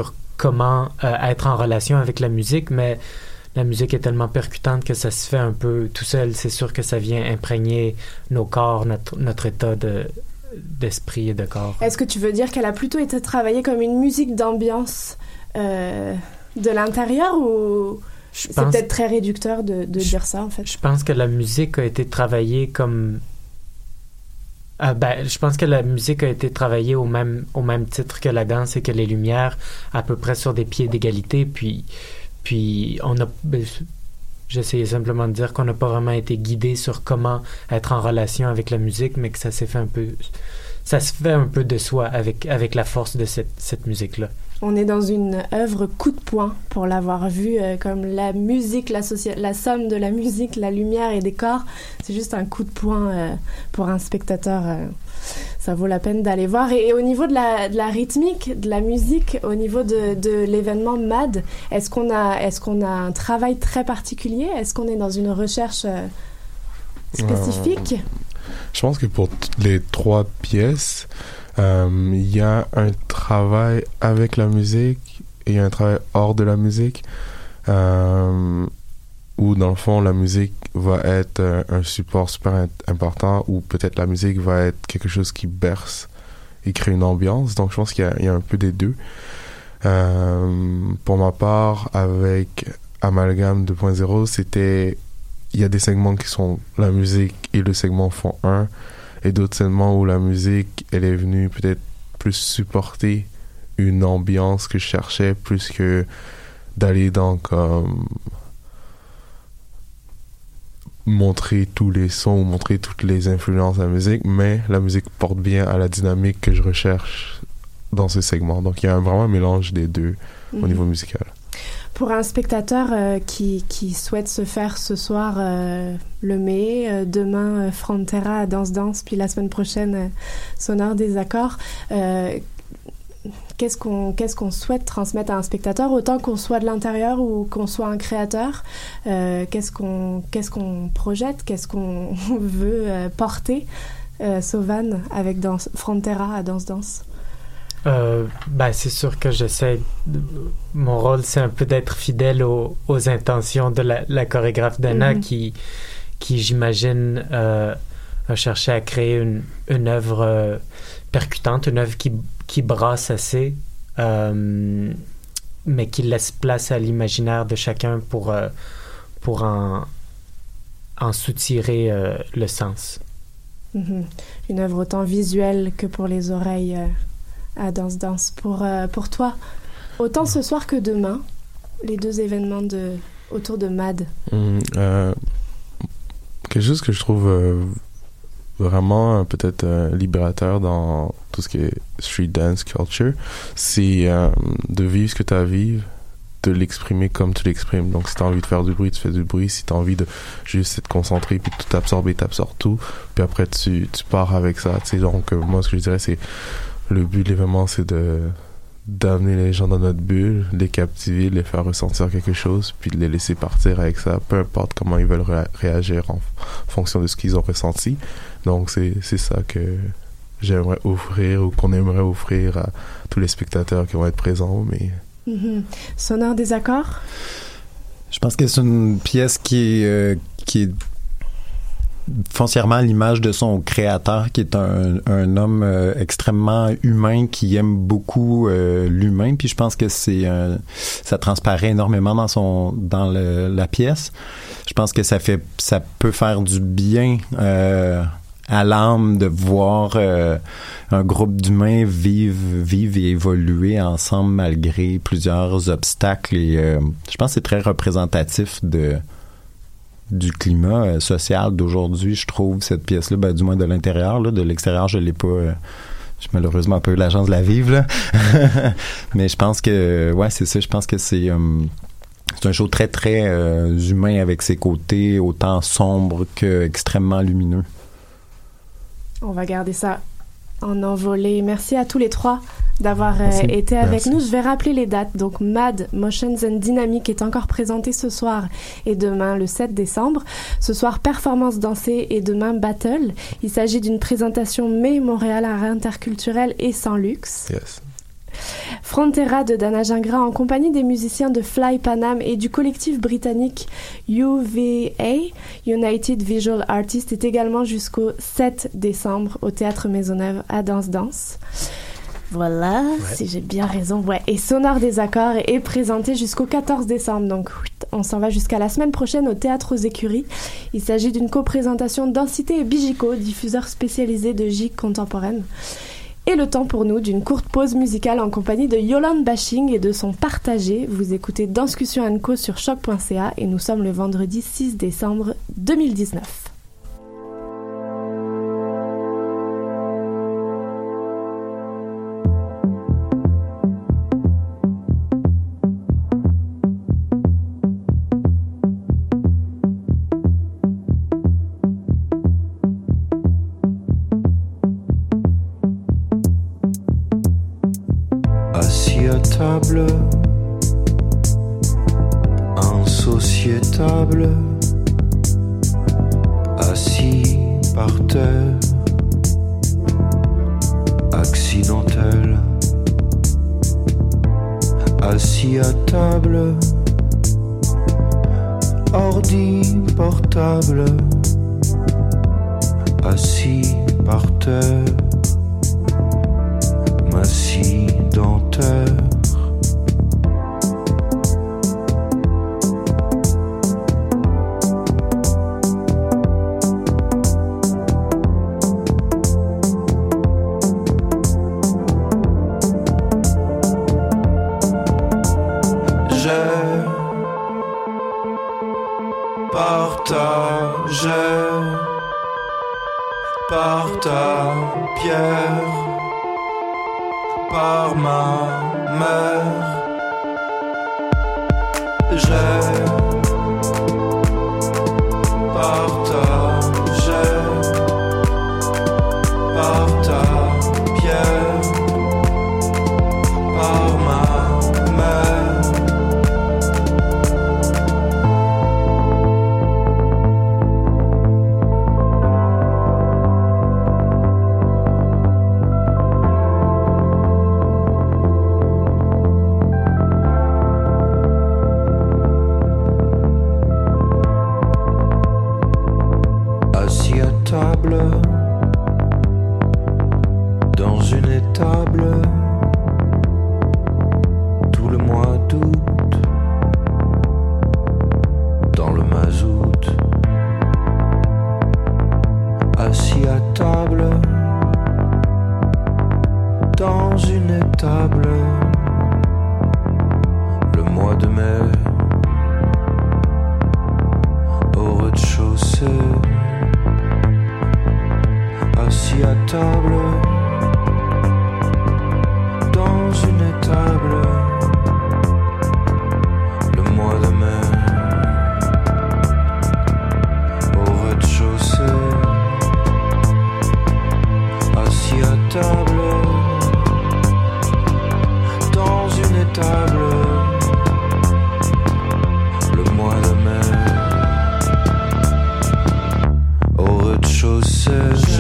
comment euh, être en relation avec la musique, mais la musique est tellement percutante que ça se fait un peu tout seul. C'est sûr que ça vient imprégner nos corps, notre, notre état de, d'esprit et de corps. Est-ce que tu veux dire qu'elle a plutôt été travaillée comme une musique d'ambiance euh, de l'intérieur ou je c'est pense, peut-être très réducteur de, de je, dire ça en fait? Je pense que la musique a été travaillée comme... Euh, ben, je pense que la musique a été travaillée au même, au même titre que la danse et que les lumières, à peu près sur des pieds d'égalité, puis... Puis, on a, ben, j'essayais simplement de dire qu'on n'a pas vraiment été guidé sur comment être en relation avec la musique, mais que ça s'est fait un peu, ça se fait un peu de soi avec, avec la force de cette, cette musique-là. On est dans une œuvre coup de poing pour l'avoir vue, euh, comme la musique, la, socia- la somme de la musique, la lumière et des corps. C'est juste un coup de poing euh, pour un spectateur. Euh, ça vaut la peine d'aller voir. Et, et au niveau de la, de la rythmique, de la musique, au niveau de, de l'événement M A D, est-ce qu'on a, est-ce qu'on a un travail très particulier? Est-ce qu'on est dans une recherche euh, spécifique? Euh, je pense que pour t- les trois pièces, il euh, y a un travail avec la musique et un travail hors de la musique euh, où dans le fond la musique va être un, un support super in- important ou peut-être la musique va être quelque chose qui berce et crée une ambiance. Donc je pense qu'il y a, il y a un peu des deux. Euh, pour ma part, avec Amalgame deux point zéro, c'était il y a des segments qui sont la musique et le segment font un, et d'autres segments où la musique, elle est venue peut-être plus supporter une ambiance que je cherchais, plus que d'aller dans comme montrer tous les sons ou montrer toutes les influences de la musique, mais la musique porte bien à la dynamique que je recherche dans ce segment. Donc il y a un, vraiment un mélange des deux mm-hmm. au niveau musical. Pour un spectateur euh, qui, qui souhaite se faire ce soir euh, le mai, euh, demain euh, Frontera à Danse Danse, puis la semaine prochaine euh, Sonore des Accords, euh, qu'est-ce qu'on, qu'est-ce qu'on souhaite transmettre à un spectateur, autant qu'on soit de l'intérieur ou qu'on soit un créateur, euh, qu'est-ce qu'on, qu'est-ce qu'on projette, qu'est-ce qu'on veut euh, porter, euh, Sauvan, avec danse, Frontera à Danse Danse? Euh, ben, c'est sûr que j'essaie. De... Mon rôle, c'est un peu d'être fidèle aux, aux intentions de la, la chorégraphe Dana, mm-hmm. qui, qui j'imagine, euh, a cherché à créer une, une œuvre euh, percutante, une œuvre qui, qui brasse assez, euh, mais qui laisse place à l'imaginaire de chacun pour, euh, pour en, en soutirer euh, le sens. Mm-hmm. Une œuvre autant visuelle que pour les oreilles. Euh... à Danse Danse. Pour, euh, pour toi, autant ce soir que demain, les deux événements de, autour de M A D? Mmh, euh, quelque chose que je trouve euh, vraiment euh, peut-être euh, libérateur dans tout ce qui est street dance culture, c'est euh, de vivre ce que tu as à vivre, de l'exprimer comme tu l'exprimes. Donc si tu as envie de faire du bruit, tu fais du bruit. Si tu as envie de juste être concentré puis tout absorber, tu absorbes tout. Puis après, tu, tu pars avec ça. T'sais. Donc euh, moi, ce que je dirais, c'est le but de l'événement, c'est de d'amener les gens dans notre bulle, les captiver, les faire ressentir quelque chose, puis de les laisser partir avec ça, peu importe comment ils veulent ré- réagir en f- fonction de ce qu'ils ont ressenti. Donc c'est, c'est ça que j'aimerais offrir ou qu'on aimerait offrir à tous les spectateurs qui vont être présents. Mais... Mm-hmm. Sonore des Accords? Je pense que c'est une pièce qui est, euh, qui est foncièrement l'image de son créateur, qui est un, un homme euh, extrêmement humain, qui aime beaucoup euh, l'humain, puis je pense que c'est euh, ça transparaît énormément dans son dans le, la pièce. Je pense que ça fait ça peut faire du bien euh, à l'âme de voir euh, un groupe d'humains vivre vivre et évoluer ensemble malgré plusieurs obstacles, et euh, je pense que c'est très représentatif de du climat euh, social d'aujourd'hui, je trouve, cette pièce-là, ben, du moins de l'intérieur, là, de l'extérieur, je l'ai pas, euh, j'ai malheureusement pas eu la chance de la vivre, là. Mais je pense que, ouais, c'est ça, je pense que c'est, euh, c'est un show très, très euh, humain, avec ses côtés autant sombres qu'extrêmement lumineux. On va garder ça en envolée. Merci à tous les trois d'avoir euh, été avec Merci. nous. Je vais rappeler les dates. Donc, M A D, Motions and Dynamic, est encore présenté ce soir et demain, le sept décembre. Ce soir, performance dansée et demain, battle. Il s'agit d'une présentation Mai Montréal Art interculturel et sans luxe. Yes. Frontera de Dana Gingras en compagnie des musiciens de Fly Panam et du collectif britannique U V A, United Visual Artists, est également jusqu'au sept décembre au Théâtre Maisonneuve à Danse Danse. Voilà, ouais. Si j'ai bien raison. Ouais. Et Sonore des Accords est présenté jusqu'au quatorze décembre. Donc, on s'en va jusqu'à la semaine prochaine au Théâtre aux Écuries. Il s'agit d'une coprésentation Densité et Bigico, diffuseur spécialisé de gigue contemporaine. Et le temps pour nous d'une courte pause musicale en compagnie de Yolande Bashing et de son Partagé. Vous écoutez Danscussion and Co sur choc point c a et nous sommes le vendredi six décembre deux mille dix-neuf. Insociétable, assis par terre, accidentel, assis à table, ordi portable, assis par terre, m'assis dans terre. Par ta pierre, par ma mère, j'ai partagé, par ta pierre, par ma mère. Dans une étable, tout le mois d'août, dans le mazout, assis à table, dans une étable, le mois de mai, au rez-de-chaussée. Assis à table, dans une étable, le mois de mai, au rez-de-chaussée. Assis à table, dans une étable, le mois de mai, au rez-de-chaussée.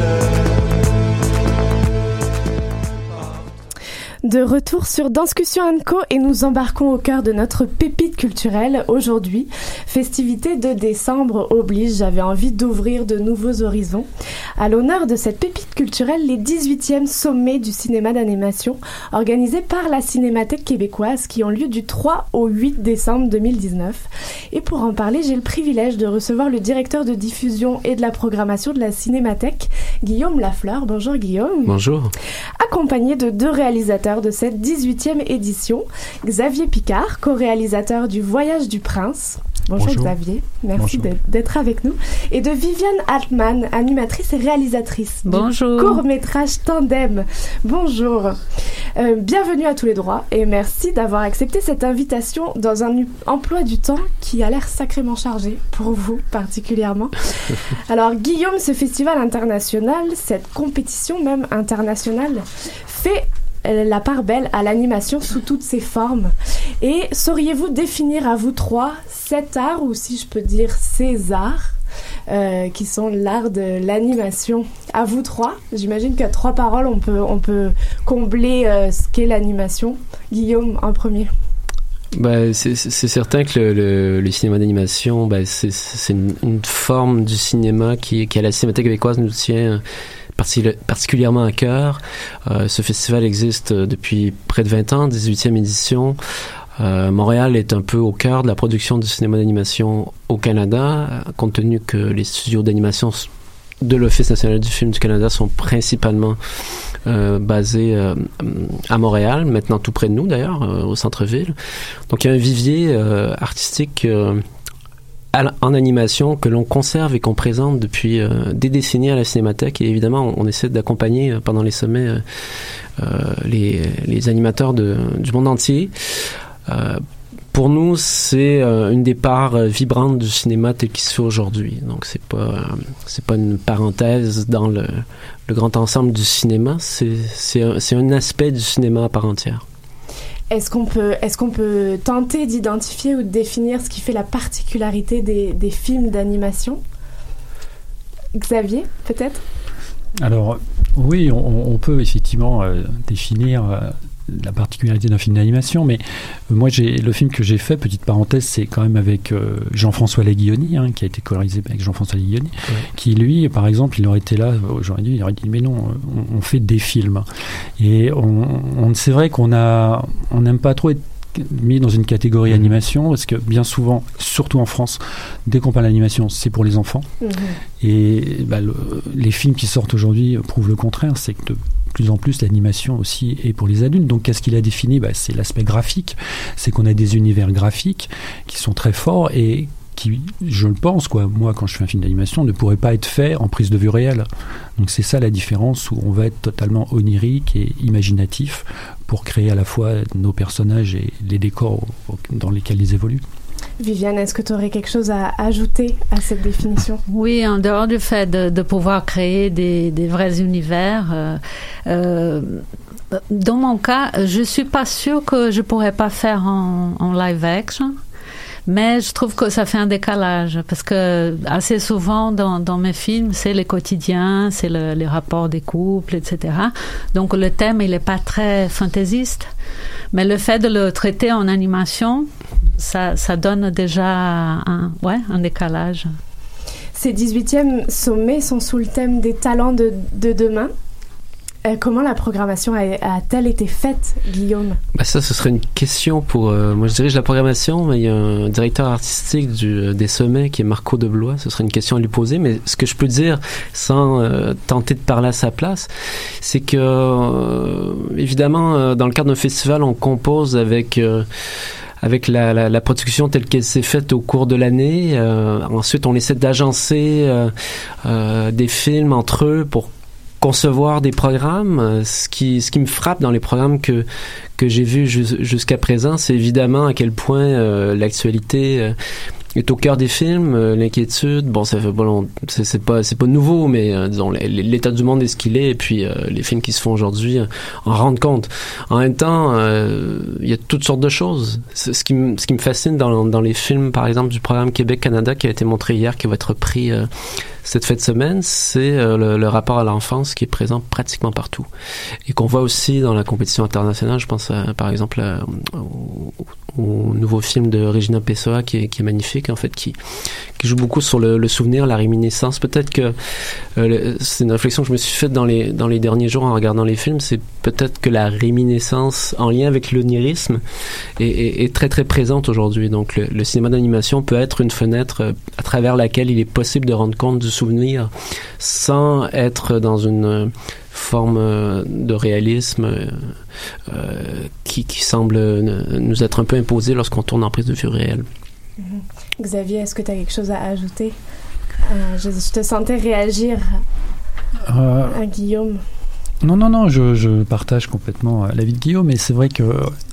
De retour sur Danscussion and Co et nous embarquons au cœur de notre pépite culturelle aujourd'hui. Festivité de décembre oblige, j'avais envie d'ouvrir de nouveaux horizons. À l'honneur de cette pépite culturelle, les dix-huitièmes sommets du cinéma d'animation organisés par la Cinémathèque québécoise qui ont lieu du trois au huit décembre deux mille dix-neuf. Et pour en parler, j'ai le privilège de recevoir le directeur de diffusion et de la programmation de la Cinémathèque, Guillaume Lafleur. Bonjour Guillaume. Bonjour. Accompagné de deux réalisateurs de cette dix-huitième édition, Xavier Picard, co-réalisateur du Voyage du Prince. Bonjour, Bonjour. Xavier, merci Bonjour. d'être avec nous. Et de Viviane Altman, animatrice et réalisatrice Bonjour. du court-métrage Tandem. Bonjour. Euh, bienvenue à tous les droits et merci d'avoir accepté cette invitation dans un emploi du temps qui a l'air sacrément chargé, pour vous particulièrement. Alors Guillaume, ce festival international, cette compétition même internationale, fait la part belle à l'animation sous toutes ses formes. Et sauriez-vous définir à vous trois cet art, ou si je peux dire ces arts, euh, qui sont l'art de l'animation? À vous trois, j'imagine qu'à trois paroles, on peut, on peut combler euh, ce qu'est l'animation. Guillaume, en premier. Ben, c'est, c'est certain que le, le, le cinéma d'animation, ben, c'est, c'est une, une forme du cinéma qui, qui, à la Cinémathèque québécoise, nous tient particulièrement à cœur. Euh, ce festival existe depuis près de vingt ans, dix-huitième édition. Euh, Montréal est un peu au cœur de la production du cinéma d'animation au Canada, compte tenu que les studios d'animation de l'Office national du film du Canada sont principalement euh, basés euh, à Montréal, maintenant tout près de nous d'ailleurs, euh, au centre-ville. Donc il y a un vivier euh, artistique euh, à, en animation que l'on conserve et qu'on présente depuis euh, des décennies à la Cinémathèque, et évidemment on, on essaie d'accompagner euh, pendant les sommets euh, euh, les, les animateurs de, du monde entier. Euh, Pour nous, c'est euh, une des parts euh, vibrantes du cinéma tel qu'il se fait aujourd'hui. Donc, c'est pas, euh, c'est pas une parenthèse dans le, le grand ensemble du cinéma. C'est, c'est, un, c'est un aspect du cinéma à part entière. Est-ce qu'on peut, est-ce qu'on peut tenter d'identifier ou de définir ce qui fait la particularité des, des films d'animation? Xavier, peut-être? Alors, oui, on, on peut effectivement euh, définir... Euh, la particularité d'un film d'animation, mais euh, moi j'ai le film que j'ai fait, petite parenthèse, c'est quand même avec euh, Jean-François Leguioni, hein, qui a été colorisé avec Jean-François Leguioni, ouais. Qui lui, par exemple, il aurait été là aujourd'hui, il aurait dit mais non, on, on fait des films, et on, on c'est vrai qu'on a, on n'aime pas trop être mis dans une catégorie mmh. animation, parce que bien souvent, surtout en France, dès qu'on parle d'animation, c'est pour les enfants, mmh. et bah, le, les films qui sortent aujourd'hui prouvent le contraire, c'est que de plus en plus l'animation aussi est pour les adultes. Donc qu'est-ce qu'il a défini? Bah, c'est l'aspect graphique, c'est qu'on a des univers graphiques qui sont très forts et qui, je le pense, quoi, moi quand je fais un film d'animation, ne pourrait pas être fait en prise de vue réelle. Donc c'est ça la différence, où on va être totalement onirique et imaginatif pour créer à la fois nos personnages et les décors dans lesquels ils évoluent. Viviane, est-ce que tu aurais quelque chose à ajouter à cette définition? Oui, en dehors du fait de, de pouvoir créer des, des vrais univers, euh, euh, dans mon cas, je ne suis pas sûre que je ne pourrais pas faire en, en live action. Mais je trouve que ça fait un décalage, parce que assez souvent dans, dans mes films, c'est le quotidien, c'est le, les rapports des couples, et cetera. Donc le thème, il n'est pas très fantaisiste. Mais le fait de le traiter en animation, ça, ça donne déjà un, ouais, un décalage. Ces dix-huitièmes sommets sont sous le thème des talents de, de demain. Euh, comment la programmation a, a-t-elle été faite, Guillaume? Ben ça, ce serait une question pour... Euh, moi, je dirige la programmation, mais il y a un directeur artistique du, des sommets qui est Marco Deblois. Ce serait une question à lui poser, mais ce que je peux dire, sans euh, tenter de parler à sa place, c'est que, euh, évidemment, euh, dans le cadre d'un festival, on compose avec... Euh, avec la, la, la production telle qu'elle s'est faite au cours de l'année. Euh, ensuite, on essaie d'agencer euh, euh, des films entre eux pour concevoir des programmes. Ce qui, ce qui me frappe dans les programmes que, que j'ai vus jus, jusqu'à présent, c'est évidemment à quel point euh, l'actualité euh, est au cœur des films, euh, l'inquiétude. Bon, ça fait bon, c'est, c'est pas c'est pas nouveau, mais euh, disons l'état du monde est ce qu'il est, et puis euh, les films qui se font aujourd'hui euh, en rendent compte. En même temps, euh, il y a toutes sortes de choses. C'est, ce qui me ce qui me fascine dans dans les films, par exemple du programme Québec-Canada qui a été montré hier, qui va être repris euh, cette fin de semaine, c'est euh, le, le rapport à l'enfance qui est présent pratiquement partout et qu'on voit aussi dans la compétition internationale. Je pense à, par exemple à, au, au nouveau film de Regina Pessoa qui est, qui est magnifique, en fait, qui, qui joue beaucoup sur le, le souvenir, la réminiscence. Peut-être que euh, le, c'est une réflexion que je me suis faite dans les, dans les derniers jours en regardant les films, c'est peut-être que la réminiscence en lien avec l'onirisme est, est, est très très présente aujourd'hui. Donc le, le cinéma d'animation peut être une fenêtre à travers laquelle il est possible de rendre compte du souvenir sans être dans une forme de réalisme euh, qui, qui semble nous être un peu imposée lorsqu'on tourne en prise de vue réelle. Mmh. Xavier, est-ce que tu as quelque chose à ajouter? euh, je, je te sentais réagir euh... à Guillaume. Non, non, non, je, je partage complètement l'avis de Guillaume, mais c'est vrai que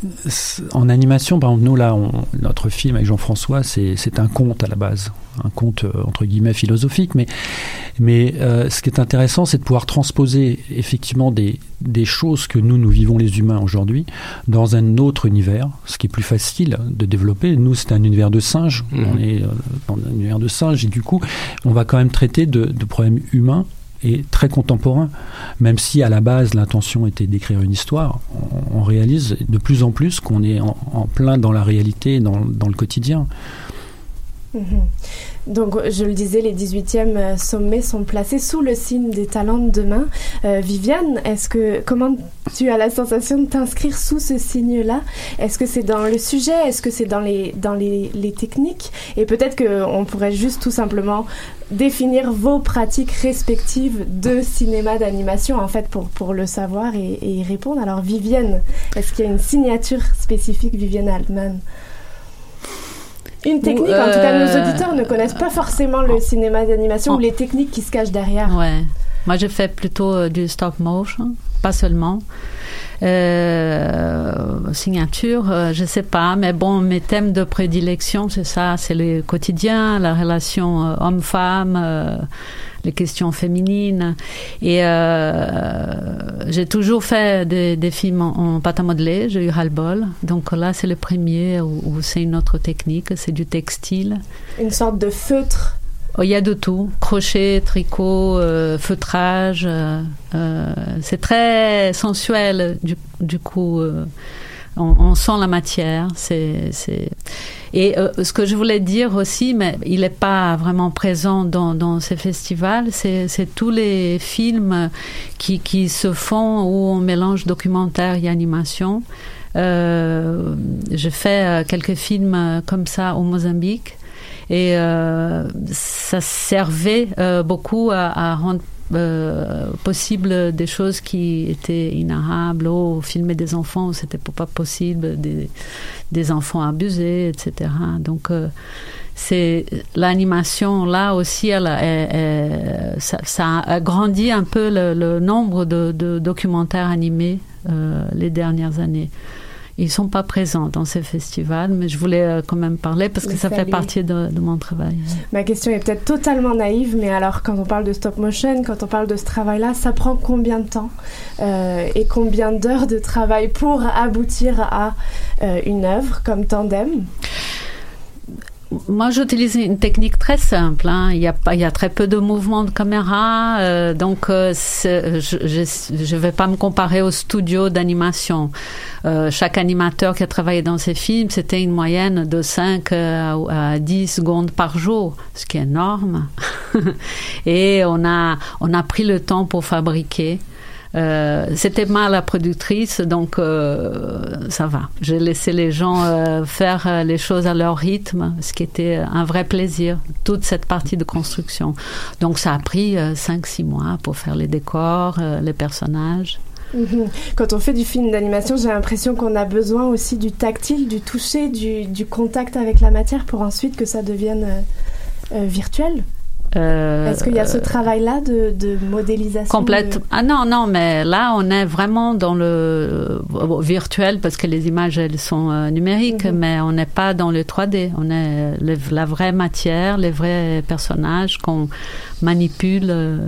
en animation, par exemple, nous, là, on, notre film avec Jean-François, c'est, c'est un conte à la base, un conte, entre guillemets, philosophique, mais, mais euh, ce qui est intéressant, c'est de pouvoir transposer effectivement des, des choses que nous, nous vivons les humains aujourd'hui dans un autre univers, ce qui est plus facile de développer. Nous, c'est un univers de singes, mmh. on est dans un univers de singes, et du coup, on va quand même traiter de, de problèmes humains est très contemporain. Même si à la base l'intention était d'écrire une histoire, on, on réalise de plus en plus qu'on est en, en plein dans la réalité, dans, dans le quotidien. Mmh. Donc, je le disais, les dix-huitièmes sommets sont placés sous le signe des talents de demain. Euh, Viviane, est-ce que, comment tu as la sensation de t'inscrire sous ce signe-là? Est-ce que c'est dans le sujet? Est-ce que c'est dans les, dans les, les techniques? Et peut-être qu'on pourrait juste tout simplement définir vos pratiques respectives de cinéma d'animation, en fait, pour, pour le savoir et, et y répondre. Alors, Viviane, est-ce qu'il y a une signature spécifique, Viviane Altman? Une technique, euh... en tout cas, nos auditeurs ne connaissent pas forcément le cinéma d'animation oh. ou les techniques qui se cachent derrière. Ouais. Moi, je fais plutôt euh, du stop motion, pas seulement. Euh, signature, euh, je sais pas, mais bon, mes thèmes de prédilection, c'est ça, c'est le quotidien, la relation euh, homme-femme, euh, les questions féminines. Et euh, j'ai toujours fait des, des films en, en pâte à modeler, j'ai eu ras-le-bol. Donc là, c'est le premier où, où c'est une autre technique, c'est du textile. Une sorte de feutre. Oh, il y a de tout, crochet, tricot, euh, feutrage, euh, euh, c'est très sensuel, du, du coup, euh, on, on sent la matière, c'est... c'est... Et euh, ce que je voulais dire aussi, mais il n'est pas vraiment présent dans, dans ces festivals, c'est, c'est tous les films qui, qui se font où on mélange documentaire et animation. Euh, j'ai fait euh, quelques films euh, comme ça au Mozambique. Et euh, ça servait euh, beaucoup à, à rendre euh, possible des choses qui étaient inarrables, ou filmer des enfants, c'était pas possible, des, des enfants abusés, et cetera. Donc, euh, c'est l'animation là aussi, elle, elle, elle, ça, ça a grandi un peu le, le nombre de, de documentaires animés euh, les dernières années. Ils ne sont pas présents dans ces festivals, mais je voulais quand même parler parce que ça fait partie de, de mon travail. Ma question est peut-être totalement naïve, mais alors quand on parle de stop motion, quand on parle de ce travail-là, ça prend combien de temps euh, et combien d'heures de travail pour aboutir à euh, une œuvre comme Tandem? Moi, j'utilise une technique très simple. Hein. Il y a pas, il y a très peu de mouvements de caméra, euh, donc euh, c'est, je, je, je vais pas me comparer au studio d'animation. Euh, chaque animateur qui a travaillé dans ces films, c'était une moyenne de cinq à dix secondes par jour, ce qui est énorme. Et on a, on a pris le temps pour fabriquer. Euh, c'était moi la productrice, donc euh, ça va. J'ai laissé les gens euh, faire les choses à leur rythme, ce qui était un vrai plaisir, toute cette partie de construction. Donc ça a pris euh, cinq six mois pour faire les décors, euh, les personnages. Quand on fait du film d'animation, j'ai l'impression qu'on a besoin aussi du tactile, du toucher, du, du contact avec la matière pour ensuite que ça devienne euh, euh, virtuel. Euh, Est-ce qu'il y a ce travail-là de, de modélisation complète de... Ah non, non, mais là, on est vraiment dans le euh, virtuel parce que les images, elles sont euh, numériques, mm-hmm. mais on n'est pas dans le trois D. On est le, la vraie matière, les vrais personnages qu'on manipule. Euh,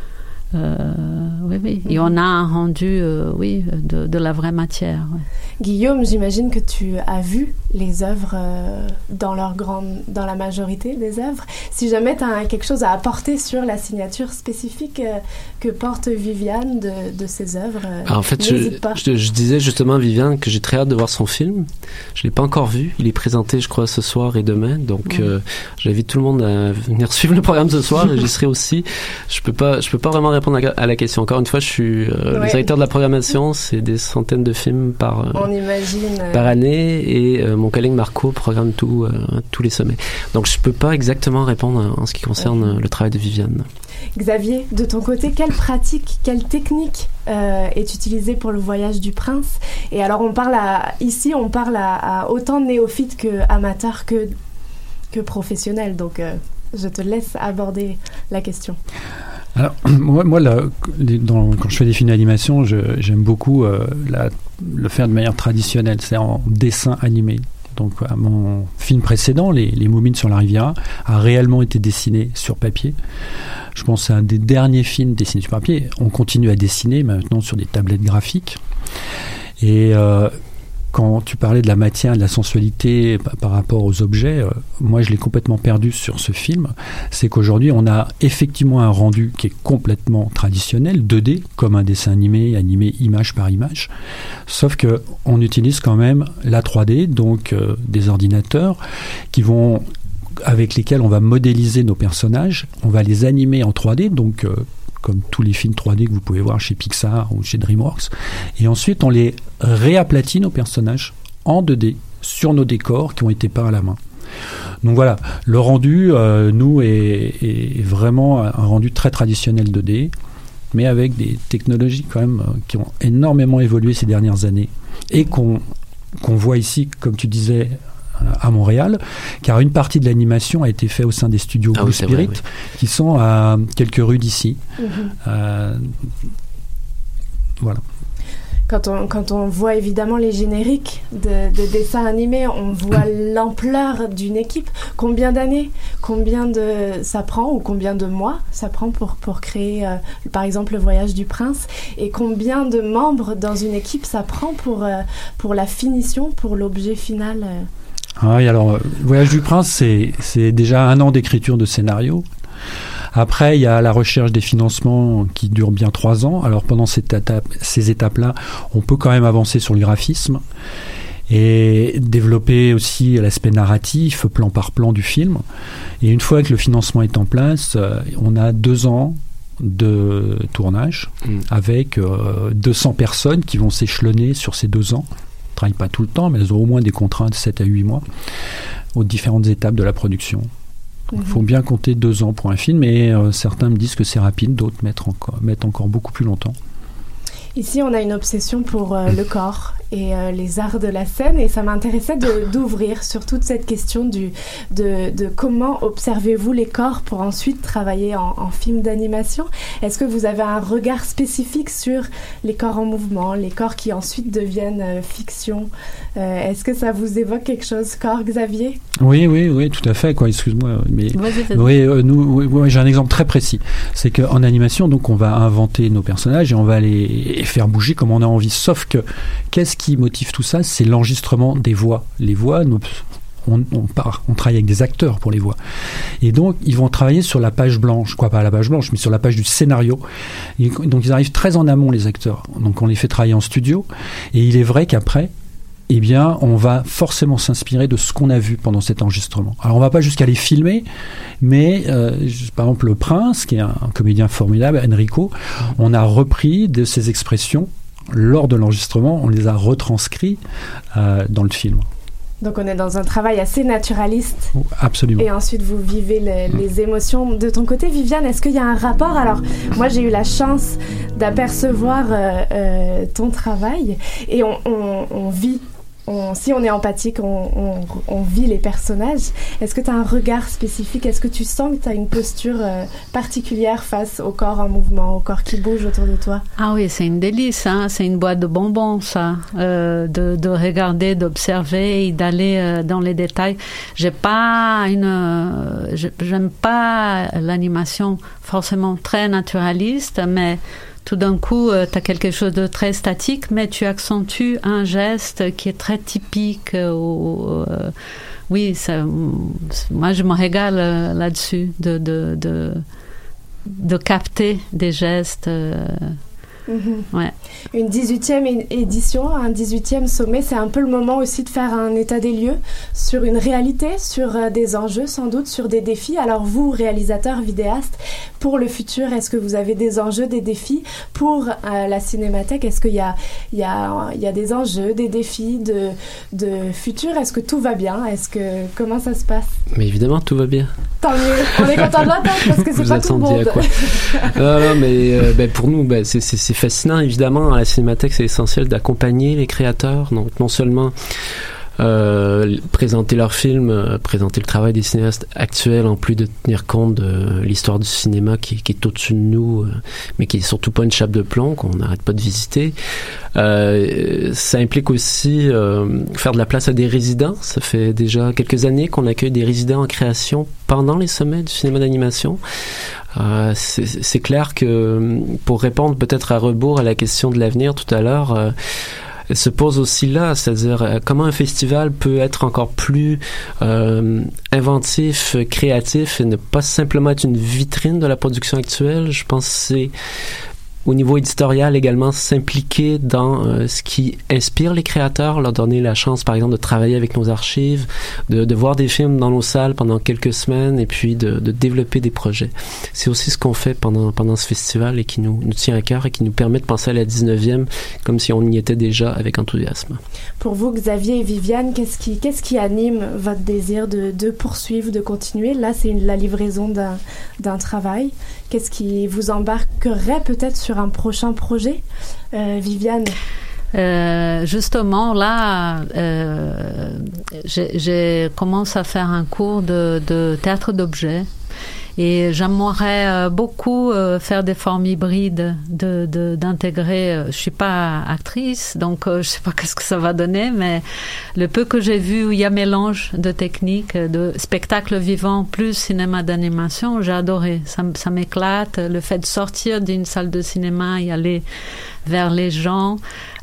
euh, oui, oui. Mm-hmm. Et on a un rendu, euh, oui, de, de la vraie matière. Ouais. Guillaume, j'imagine que tu as vu les œuvres euh, dans leur grande, dans la majorité des œuvres. Si jamais tu as quelque chose à apporter sur la signature spécifique euh, que porte Viviane de, de ces œuvres, euh, en fait, je, je, je disais justement à Viviane que j'ai très hâte de voir son film. Je l'ai pas encore vu. Il est présenté, je crois, ce soir et demain. Donc, mmh. euh, j'invite tout le monde à venir suivre le programme ce soir. Et j'y serai aussi. Je peux pas, je peux pas vraiment répondre à, à la question. Encore une fois, je suis euh, ouais. le directeur de la programmation. C'est des centaines de films par. Euh, On imagine. Euh... Par année, et euh, mon collègue Marco programme tout, euh, tous les sommets. Donc je peux pas exactement répondre en ce qui concerne okay. le travail de Viviane. Xavier, de ton côté, quelle pratique, quelle technique euh, est utilisée pour le voyage du prince? Et alors on parle à, ici, on parle à, à autant de néophytes que amateurs que, que professionnels. Donc euh, je te laisse aborder la question. Alors, moi, moi là, dans, quand je fais des films d'animation, je, j'aime beaucoup euh, la, le faire de manière traditionnelle, c'est en dessin animé. Donc, euh, mon film précédent, Les, les Moumines sur la Riviera, a réellement été dessiné sur papier. Je pense que c'est un des derniers films dessinés sur papier. On continue à dessiner maintenant sur des tablettes graphiques. Et euh, quand tu parlais de la matière, de la sensualité par, par rapport aux objets, euh, moi je l'ai complètement perdu sur ce film. C'est qu'aujourd'hui on a effectivement un rendu qui est complètement traditionnel, deux D, comme un dessin animé, animé image par image, sauf que on utilise quand même la trois D, donc euh, des ordinateurs qui vont avec lesquels on va modéliser nos personnages, on va les animer en trois D, donc euh, comme tous les films trois D que vous pouvez voir chez Pixar ou chez DreamWorks, et ensuite on les réaplatit nos personnages en deux D sur nos décors qui ont été peints à la main. Donc voilà, le rendu, euh, nous, est, est vraiment un rendu très traditionnel deux D, mais avec des technologies quand même euh, qui ont énormément évolué ces dernières années et qu'on, qu'on voit ici, comme tu disais, à Montréal, car une partie de l'animation a été faite au sein des studios ah Blue oui, Spirit, vrai, oui. qui sont à quelques rues d'ici. Mm-hmm. Euh, voilà. Quand on, quand on voit évidemment les génériques de, de dessins animés, on voit l'ampleur d'une équipe. Combien d'années, combien de ça prend ou combien de mois ça prend pour, pour créer, euh, par exemple, le Voyage du Prince, et combien de membres dans une équipe ça prend pour, euh, pour la finition, pour l'objet final euh. Ah oui, alors, le Voyage du Prince, c'est, c'est déjà un an d'écriture de scénario. Après, il y a la recherche des financements qui dure bien trois ans. Alors, pendant cette étape, ces étapes-là, on peut quand même avancer sur le graphisme et développer aussi l'aspect narratif, plan par plan du film. Et une fois que le financement est en place, on a deux ans de tournage mmh. avec euh, deux cents personnes qui vont s'échelonner sur ces deux ans. Ne travaillent pas tout le temps, mais elles ont au moins des contrats de sept à huit mois aux différentes étapes de la production. Il mmh. faut bien compter deux ans pour un film, et euh, certains me disent que c'est rapide, d'autres mettent encore, mettent encore beaucoup plus longtemps. Ici, on a une obsession pour euh, le corps et euh, les arts de la scène, et ça m'intéressait de, d'ouvrir sur toute cette question du, de, de comment observez-vous les corps pour ensuite travailler en, en film d'animation. Est-ce que vous avez un regard spécifique sur les corps en mouvement, les corps qui ensuite deviennent euh, fiction? euh, Est-ce que ça vous évoque quelque chose, corps, Xavier? Oui, oui, oui, tout à fait. Quoi, excuse-moi, mais oui, euh, nous, oui, oui, j'ai un exemple très précis. C'est qu'en animation, donc, on va inventer nos personnages et on va les faire bouger comme on a envie. Sauf que qu'est-ce qui motive tout ça? C'est l'enregistrement des voix. Les voix, nous, on, on, part, on travaille avec des acteurs pour les voix. Et donc, ils vont travailler sur la page blanche, quoi, pas la page blanche, mais sur la page du scénario. Et donc, ils arrivent très en amont, les acteurs. Donc, on les fait travailler en studio. Et il est vrai qu'après, eh bien, on va forcément s'inspirer de ce qu'on a vu pendant cet enregistrement. Alors, on va pas jusqu'à les filmer, mais euh, par exemple, le Prince, qui est un, un comédien formidable, Enrico, on a repris de ses expressions lors de l'enregistrement, on les a retranscrits euh, dans le film. Donc on est dans un travail assez naturaliste. Oh, absolument. Et ensuite vous vivez le, les émotions. De ton côté, Viviane, est-ce qu'il y a un rapport? Alors moi j'ai eu la chance d'apercevoir euh, euh, ton travail, et on, on, on vit. On, si on est empathique, on, on, on vit les personnages. Est-ce que tu as un regard spécifique? Est-ce que tu sens que tu as une posture euh, particulière face au corps en mouvement, au corps qui bouge autour de toi? Ah oui, c'est une délice, hein? C'est une boîte de bonbons, ça, euh, de, de regarder, d'observer et d'aller euh, dans les détails. J'ai pas une, euh, j'aime pas l'animation forcément très naturaliste, mais tout d'un coup, euh, tu as quelque chose de très statique, mais tu accentues un geste qui est très typique. Euh, euh, oui, ça, moi, je me régale euh, là-dessus, de, de, de, de capter des gestes. Euh, Mmh. Ouais. Une dix-huitième édition, un dix-huitième sommet, c'est un peu le moment aussi de faire un état des lieux sur une réalité, sur euh, des enjeux sans doute, sur des défis. Alors vous, réalisateurs, vidéastes, pour le futur, est-ce que vous avez des enjeux, des défis pour euh, la Cinémathèque? Est-ce qu'il y a, il y, a, il y a des enjeux, des défis de, de futur? Est-ce que tout va bien? Est-ce que, comment ça se passe? Mais évidemment, tout va bien. Tant mieux, on est content de l'entendre parce que c'est vous pas tout le monde. À quoi? non, non, mais euh, ben, pour nous, ben, c'est, c'est, c'est fascinant, évidemment. À la Cinémathèque, c'est essentiel d'accompagner les créateurs, donc non seulement euh, présenter leurs films, euh, présenter le travail des cinéastes actuels, en plus de tenir compte de l'histoire du cinéma qui, qui est au-dessus de nous, euh, mais qui est surtout pas une chape de plomb qu'on n'arrête pas de visiter. Euh, ça implique aussi euh, faire de la place à des résidents. Ça fait déjà quelques années qu'on accueille des résidents en création pendant les sommets du cinéma d'animation. Euh, c'est, c'est clair que pour répondre peut-être à rebours à la question de l'avenir tout à l'heure, euh, se pose aussi là, c'est-à-dire euh, comment un festival peut être encore plus euh, inventif, créatif et ne pas simplement être une vitrine de la production actuelle. Je pense que c'est au niveau éditorial également s'impliquer dans euh, ce qui inspire les créateurs, leur donner la chance par exemple de travailler avec nos archives, de, de voir des films dans nos salles pendant quelques semaines et puis de, de développer des projets. C'est aussi ce qu'on fait pendant, pendant ce festival et qui nous, nous tient à cœur et qui nous permet de penser à la dix-neuvième comme si on y était déjà avec enthousiasme. Pour vous, Xavier et Viviane, qu'est-ce qui, qu'est-ce qui anime votre désir de, de poursuivre, de continuer? Là, c'est une, la livraison d'un, d'un travail. Qu'est-ce qui vous embarquerait peut-être sur un prochain projet, euh, Viviane? Euh, justement, là, euh, j'ai, j'ai commencé à faire un cours de, de théâtre d'objets. Et j'aimerais euh, beaucoup euh, faire des formes hybrides, de, de, d'intégrer. Euh, je suis pas actrice, donc euh, je sais pas qu'est-ce que ça va donner, mais le peu que j'ai vu où il y a mélange de techniques, de spectacle vivant plus cinéma d'animation, j'ai adoré. Ça, ça m'éclate. Le fait de sortir d'une salle de cinéma et aller vers les gens,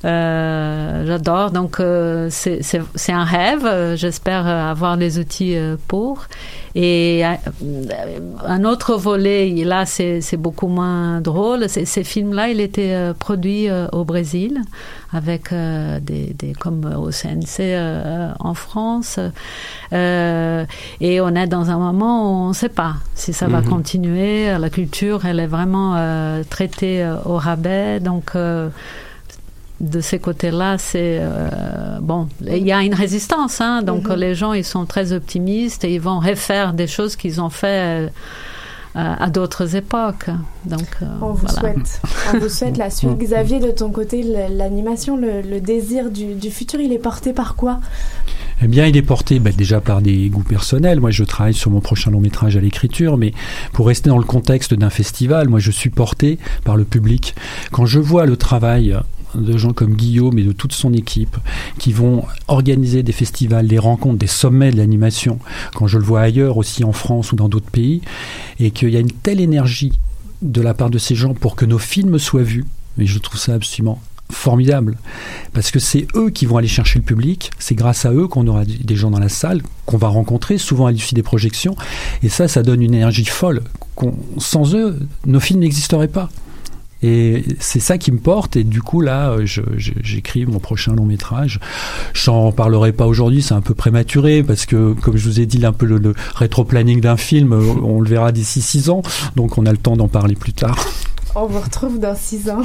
euh, j'adore. Donc euh, c'est, c'est, c'est un rêve. J'espère avoir les outils euh, pour. Et euh, un autre volet, là, c'est, c'est beaucoup moins drôle. C'est, ces films-là, ils étaient euh, produits euh, au Brésil, avec euh, des, des comme au C N C euh, en France. Euh, et on est dans un moment où on ne sait pas si ça va mm-hmm. continuer. La culture, elle est vraiment euh, traitée euh, au rabais. Donc, euh, de ces côtés-là, c'est euh, bon. Il y a une résistance, hein, donc mm-hmm. les gens ils sont très optimistes et ils vont refaire des choses qu'ils ont fait euh, à d'autres époques. Donc euh, on vous voilà. souhaite, on vous souhaite la suite. Xavier, de ton côté, l'animation, le, le désir du, du futur, il est porté par quoi? Eh bien, il est porté bah, déjà par des goûts personnels. Moi, je travaille sur mon prochain long métrage à l'écriture, mais pour rester dans le contexte d'un festival, moi, je suis porté par le public. Quand je vois le travail de gens comme Guillaume et de toute son équipe qui vont organiser des festivals, des rencontres, des sommets de l'animation, quand je le vois ailleurs aussi en France ou dans d'autres pays, et qu'il y a une telle énergie de la part de ces gens pour que nos films soient vus, et je trouve ça absolument formidable, parce que c'est eux qui vont aller chercher le public, c'est grâce à eux qu'on aura des gens dans la salle, qu'on va rencontrer, souvent à l'issue des projections, et ça, ça donne une énergie folle. Qu'on, sans eux, nos films n'existeraient pas. Et c'est ça qui me porte, et du coup là je, je, j'écris mon prochain long métrage. J'en parlerai pas aujourd'hui, c'est un peu prématuré parce que comme je vous ai dit un peu le, le rétro-planning d'un film, on le verra d'ici six ans, donc on a le temps d'en parler plus tard. On vous retrouve dans six ans.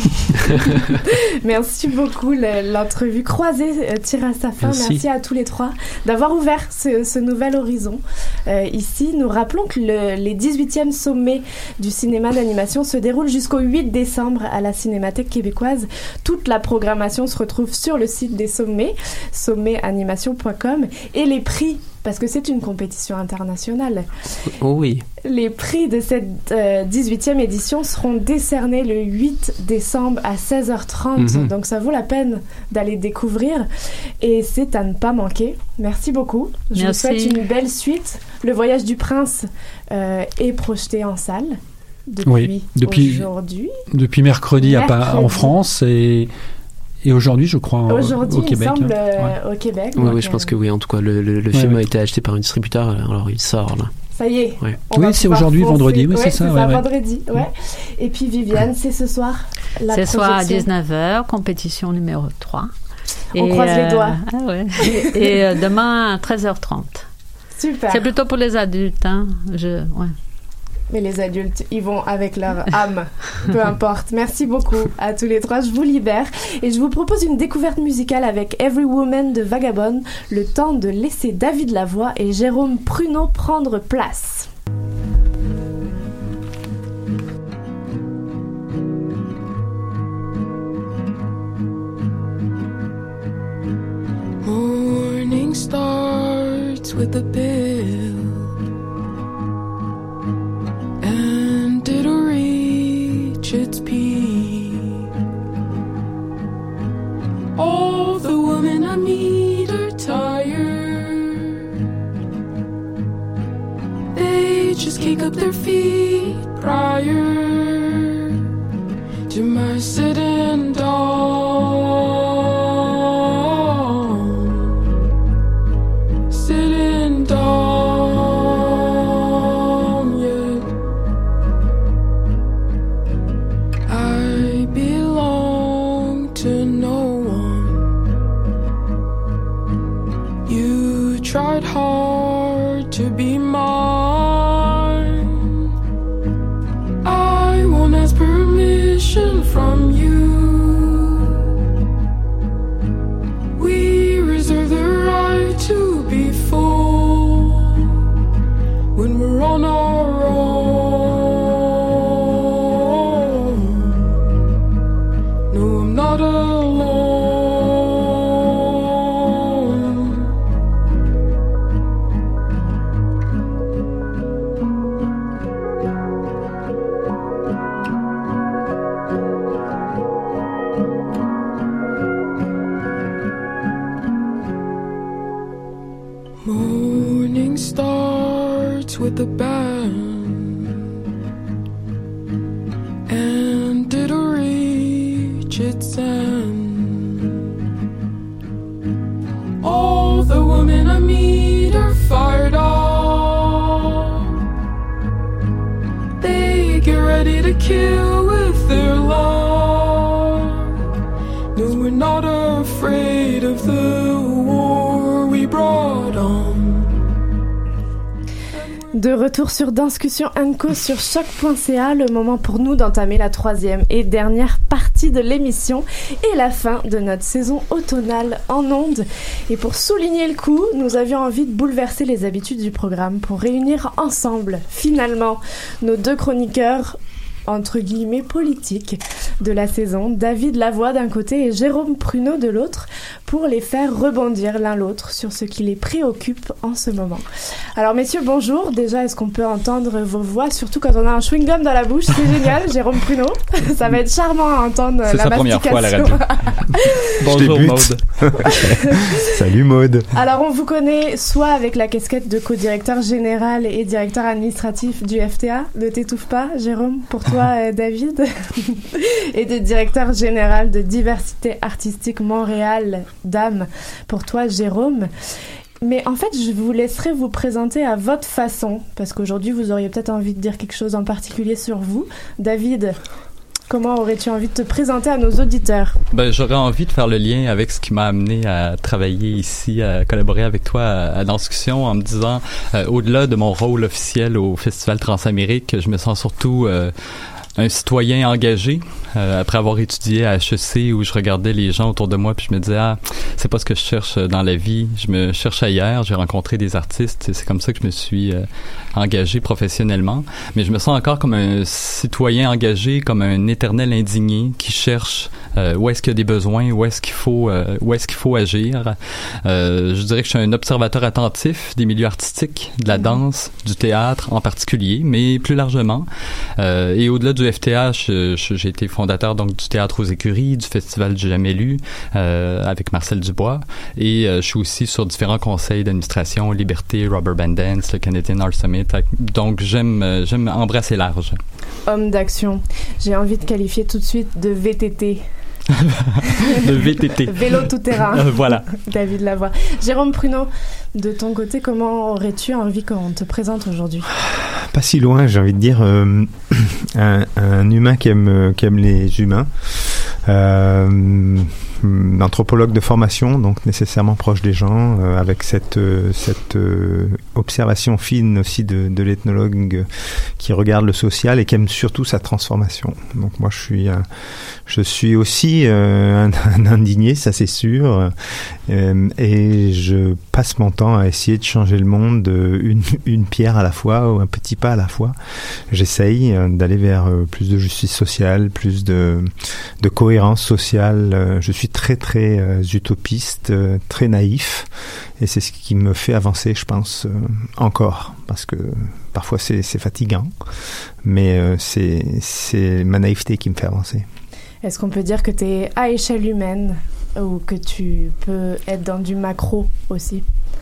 Merci beaucoup. L'entrevue croisée tire à sa fin. Merci, Merci à tous les trois d'avoir ouvert ce, ce nouvel horizon. Euh, ici, nous rappelons que le, les dix-huitièmes sommets du cinéma d'animation se déroulent jusqu'au huit décembre à la Cinémathèque québécoise. Toute la programmation se retrouve sur le site des sommets, sommet animation point com, et les prix, parce que c'est une compétition internationale. Oh oui. Les prix de cette euh, dix-huitième édition seront décernés le huit décembre à seize heures trente. Mm-hmm. Donc ça vaut la peine d'aller découvrir. Et c'est à ne pas manquer. Merci beaucoup. Je Merci. vous souhaite une belle suite. Le Voyage du Prince euh, est projeté en salle depuis, oui, depuis aujourd'hui. Depuis mercredi, mercredi. À pa- en France et... Et aujourd'hui, je crois, aujourd'hui, au Québec. Aujourd'hui, il me semble, hein. euh, ouais. au Québec. Oui, oui, je pense que oui. En tout cas, le, le, le ouais, film ouais. a été acheté par un distributeur, alors il sort, là. Ça y est. Ouais. Oui, c'est aujourd'hui, foncer. vendredi. Oui, ouais, c'est ça. C'est ouais, ça, ouais. vendredi. Ouais. Et puis, Viviane, c'est ce soir la C'est ce soir à projection. dix-neuf heures, compétition numéro trois. On et croise euh, les doigts. Ah ouais. et et euh, demain à treize heures trente. Super. C'est plutôt pour les adultes. Hein. Je, ouais. Mais les adultes, ils vont avec leur âme, peu importe. Merci beaucoup à tous les trois. Je vous libère et je vous propose une découverte musicale avec Every Woman de Vagabond, le temps de laisser David Lavoie et Jérôme Pruneau prendre place. Morning starts with a bell, and it'll reach its peak. All the women I meet are tired. They just kick up their feet prior to my sitting down. be mine. I won't ask permission from you. We reserve the right to be full when we're on our own. No, I'm not alone. Morning starts with a bang, and it'll reach its end. All the women I meet are fired up. They get ready to kill with their love. No, we're not afraid of the war we brought on. De retour sur Danscussion and Co sur choc point c a, le moment pour nous d'entamer la troisième et dernière partie de l'émission et la fin de notre saison automnale en ondes. Et pour souligner le coup, nous avions envie de bouleverser les habitudes du programme pour réunir ensemble, finalement, nos deux chroniqueurs entre guillemets politiques de la saison, David Lavoie d'un côté et Jérôme Pruneau de l'autre, pour les faire rebondir l'un l'autre sur ce qui les préoccupe en ce moment. Alors messieurs, bonjour. Déjà, est-ce qu'on peut entendre vos voix, surtout quand on a un chewing-gum dans la bouche? C'est génial, Jérôme Pruneau. Ça va être charmant à entendre. C'est la sa première fois à la radio. Bonjour Maude. Salut Maude. Alors on vous connaît soit avec la casquette de co-directeur général et directeur administratif du F T A, ne t'étouffe pas Jérôme, pour toi euh, David, et de directeur général de diversité artistique Montréal, D A M, pour toi Jérôme. Mais en fait, je vous laisserai vous présenter à votre façon, parce qu'aujourd'hui vous auriez peut-être envie de dire quelque chose en particulier sur vous. David, comment aurais-tu envie de te présenter à nos auditeurs? Ben, j'aurais envie de faire le lien avec ce qui m'a amené à travailler ici, à collaborer avec toi à, à Danscussion, en me disant, euh, au-delà de mon rôle officiel au Festival Transamérique, je me sens surtout euh, un citoyen engagé. Euh, après avoir étudié à H E C, où je regardais les gens autour de moi, puis je me disais, ah, c'est pas ce que je cherche dans la vie, je me cherche ailleurs, j'ai rencontré des artistes, c'est comme ça que je me suis euh, engagé professionnellement, mais je me sens encore comme un citoyen engagé, comme un éternel indigné qui cherche euh, où est-ce qu'il y a des besoins, où est-ce qu'il faut, euh, où est-ce qu'il faut agir. Euh, je dirais que je suis un observateur attentif des milieux artistiques, de la danse, du théâtre en particulier, mais plus largement. Euh, et au-delà du F T A, je, je, j'ai été fondateur donc du Théâtre aux Écuries, du Festival du Jamais Lu, euh, avec Marcel Dubois, et euh, je suis aussi sur différents conseils d'administration, Liberté, Rubber Band Dance, le Canadian Art Summit, donc j'aime, euh, j'aime embrasser large. Homme d'action, j'ai envie de qualifier tout de suite de V T T. De V T T. Vélo tout-terrain. Euh, voilà. David Lavoie. Jérôme Pruneau, de ton côté, comment aurais-tu envie qu'on te présente aujourd'hui? Pas si loin, j'ai envie de dire euh, un, un humain qui aime, qui aime les humains. Euh, anthropologue de formation, donc nécessairement proche des gens, euh, avec cette, euh, cette euh, observation fine aussi de, de l'ethnologue qui regarde le social et qui aime surtout sa transformation. Donc moi je suis, un, je suis aussi euh, un, un indigné, ça c'est sûr, euh, et je passe mon temps à essayer de changer le monde euh, une, une pierre à la fois ou un petit pas à la fois. J'essaye euh, d'aller vers euh, plus de justice sociale, plus de, de cohérence sociale. Euh, je suis très très euh, utopiste, euh, très naïf, et c'est ce qui me fait avancer, je pense, euh, encore, parce que parfois c'est, c'est fatigant, mais euh, c'est, c'est ma naïveté qui me fait avancer. Est-ce qu'on peut dire que tu es à échelle humaine ou que tu peux être dans du macro aussi?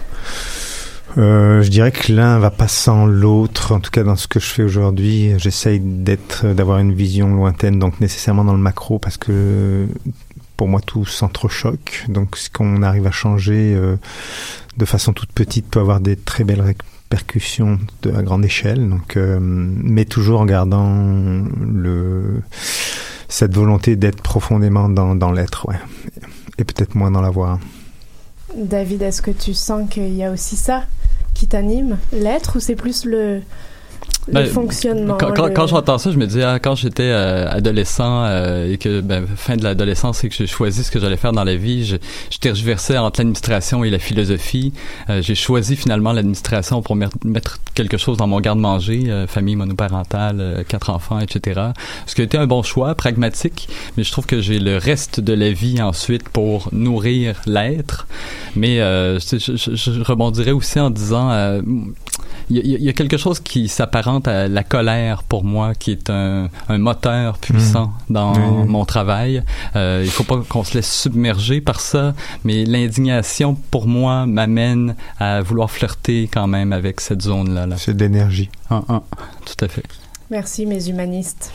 Euh, je dirais que l'un va pas sans l'autre. En tout cas, dans ce que je fais aujourd'hui, j'essaye d'être, d'avoir une vision lointaine, donc nécessairement dans le macro, parce que pour moi, tout s'entrechoque. Donc, ce qu'on arrive à changer euh, de façon toute petite peut avoir des très belles répercussions de, à grande échelle. Donc, euh, mais toujours en gardant le cette volonté d'être profondément dans, dans l'être, ouais, et peut-être moins dans l'avoir. David, est-ce que tu sens qu'il y a aussi ça qui t'anime, l'être, ou c'est plus le... le ben, fonctionnement. Quand, quand, le... quand j'entends ça, je me dis, ah, quand j'étais euh, adolescent euh, et que, ben, fin de l'adolescence et que j'ai choisi ce que j'allais faire dans la vie, je, je tergiversais entre l'administration et la philosophie. Euh, j'ai choisi finalement l'administration pour mettre quelque chose dans mon garde-manger, euh, famille monoparentale, euh, quatre enfants, et cetera. Ce qui a été un bon choix, pragmatique, mais je trouve que j'ai le reste de la vie ensuite pour nourrir l'être. Mais euh, je, je, je rebondirais aussi en disant... Euh, Il y, a, il y a quelque chose qui s'apparente à la colère pour moi, qui est un, un moteur puissant mmh. dans mmh. mon travail. Euh, il faut pas qu'on se laisse submerger par ça, mais l'indignation pour moi m'amène à vouloir flirter quand même avec cette zone-là. Là. C'est d'énergie. Ah, ah, tout à fait. Merci mes humanistes.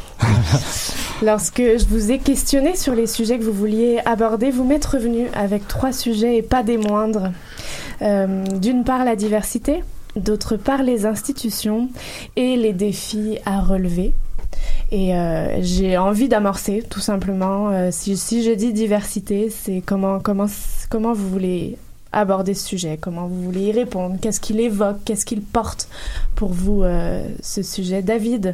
Lorsque je vous ai questionné sur les sujets que vous vouliez aborder, vous m'êtes revenu avec trois sujets et pas des moindres. Euh, d'une part la diversité, d'autre part les institutions et les défis à relever. Et euh, j'ai envie d'amorcer tout simplement. Euh, si, si je dis diversité, c'est comment, comment, comment vous voulez aborder ce sujet, comment vous voulez y répondre, qu'est-ce qu'il évoque, qu'est-ce qu'il porte pour vous, euh, ce sujet. David?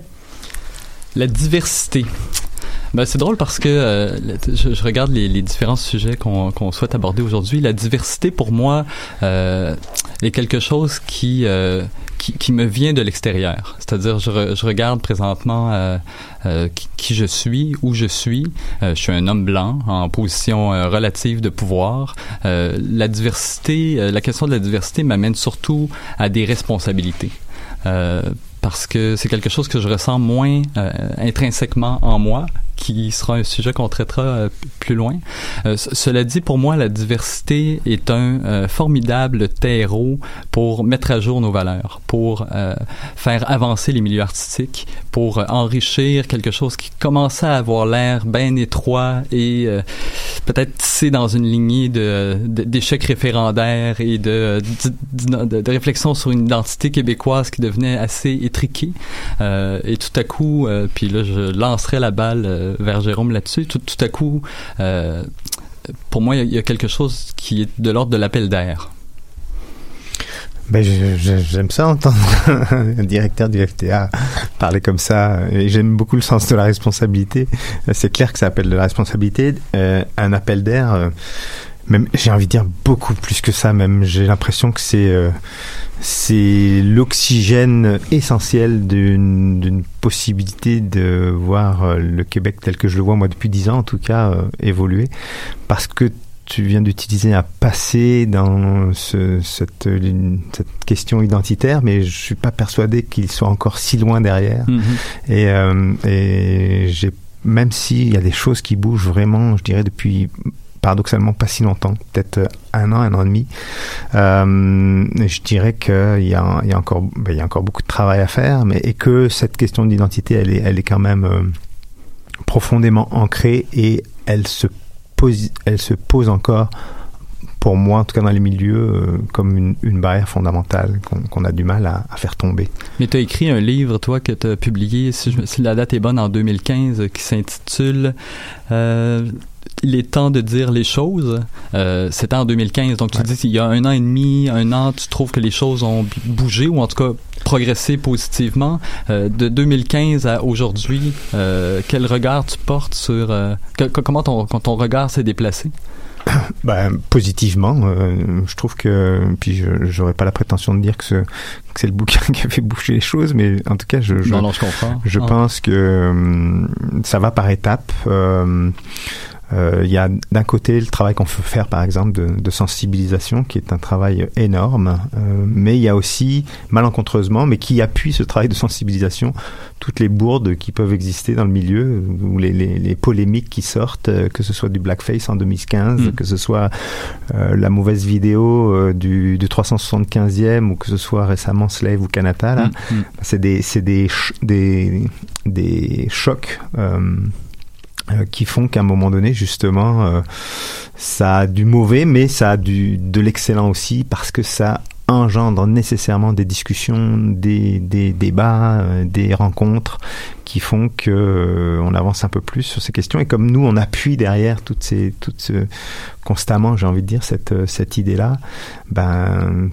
La diversité. Ben, c'est drôle parce que euh, je, je regarde les, les différents sujets qu'on, qu'on souhaite aborder aujourd'hui. La diversité, pour moi, euh, est quelque chose qui, euh, qui, qui me vient de l'extérieur. C'est-à-dire, je, re, je regarde présentement euh, euh, qui, qui je suis, où je suis. Euh, je suis un homme blanc en position euh, relative de pouvoir. Euh, la diversité, euh, la question de la diversité m'amène surtout à des responsabilités. Euh, parce que c'est quelque chose que je ressens moins euh, intrinsèquement en moi, qui sera un sujet qu'on traitera euh, plus loin. Euh, c- cela dit, pour moi, la diversité est un euh, formidable terreau pour mettre à jour nos valeurs, pour euh, faire avancer les milieux artistiques, pour euh, enrichir quelque chose qui commençait à avoir l'air bien étroit et euh, peut-être tissé dans une lignée de, de, d'échecs référendaires et de, de, de, de réflexion sur une identité québécoise qui devenait assez étriquée. Euh, et tout à coup, euh, puis là, je lancerai la balle euh, vers Jérôme là-dessus. Tout, tout à coup, euh, pour moi, il y, y a quelque chose qui est de l'ordre de l'appel d'air. Ben, je, je, j'aime ça entendre un directeur du F T A parler comme ça, et j'aime beaucoup le sens de la responsabilité. C'est clair que ça appelle de la responsabilité. Euh, un appel d'air, euh, même, j'ai envie de dire beaucoup plus que ça, même. J'ai l'impression que c'est, euh, c'est l'oxygène essentiel d'une, d'une possibilité de voir le Québec tel que je le vois, moi, depuis dix ans, en tout cas, euh, évoluer. Parce que tu viens d'utiliser un passé dans ce, cette, cette question identitaire, mais je suis pas persuadé qu'il soit encore si loin derrière. Mm-hmm. Et, euh, et j'ai, même s'il y a des choses qui bougent vraiment, je dirais depuis paradoxalement pas si longtemps, peut-être un an, un an et demi, euh, je dirais qu'il y a, il y a encore, ben, il y a encore beaucoup de travail à faire, mais et que cette question d'identité, elle est, elle est quand même euh, profondément ancrée et elle se pose, elle se pose encore, pour moi, en tout cas dans les milieux, euh, comme une, une barrière fondamentale qu'on, qu'on a du mal à, à faire tomber. Mais tu as écrit un livre, toi, que tu as publié, si, je, si la date est bonne, en deux mille quinze, qui s'intitule euh, « Il est temps de dire les choses euh, ». C'était en deux mille quinze, donc tu ouais. dis il y a un an et demi, un an, tu trouves que les choses ont bougé, ou en tout cas progressé positivement. Euh, de deux mille quinze à aujourd'hui, euh, quel regard tu portes sur... Euh, que, comment ton, ton regard s'est déplacé? Ben, positivement, euh, je trouve que, puis je j'aurais pas la prétention de dire que, ce, que c'est le bouquin qui a fait bouger les choses, mais en tout cas, je je, non, non, je, comprends. je ah. pense que euh, ça va par étapes. Euh, Euh, il y a d'un côté le travail qu'on peut faire, par exemple, de, de sensibilisation, qui est un travail énorme, euh, mais il y a aussi, malencontreusement, mais qui appuie ce travail de sensibilisation, toutes les bourdes qui peuvent exister dans le milieu, ou les, les, les polémiques qui sortent, euh, que ce soit du blackface en deux mille quinze, mmh. que ce soit euh, la mauvaise vidéo euh, du, du trois cent soixante-quinzième, ou que ce soit récemment Slave ou Kanata, là, mmh. c'est des, c'est des, ch- des, des chocs euh, Euh, qui font qu'à un moment donné, justement, euh, ça a du mauvais, mais ça a du, de l'excellent aussi, parce que ça engendre nécessairement des discussions, des, des débats, euh, des rencontres qui font que euh, on avance un peu plus sur ces questions. Et comme nous, on appuie derrière toutes ces, toutes ce, constamment, j'ai envie de dire, cette, cette idée-là, ben,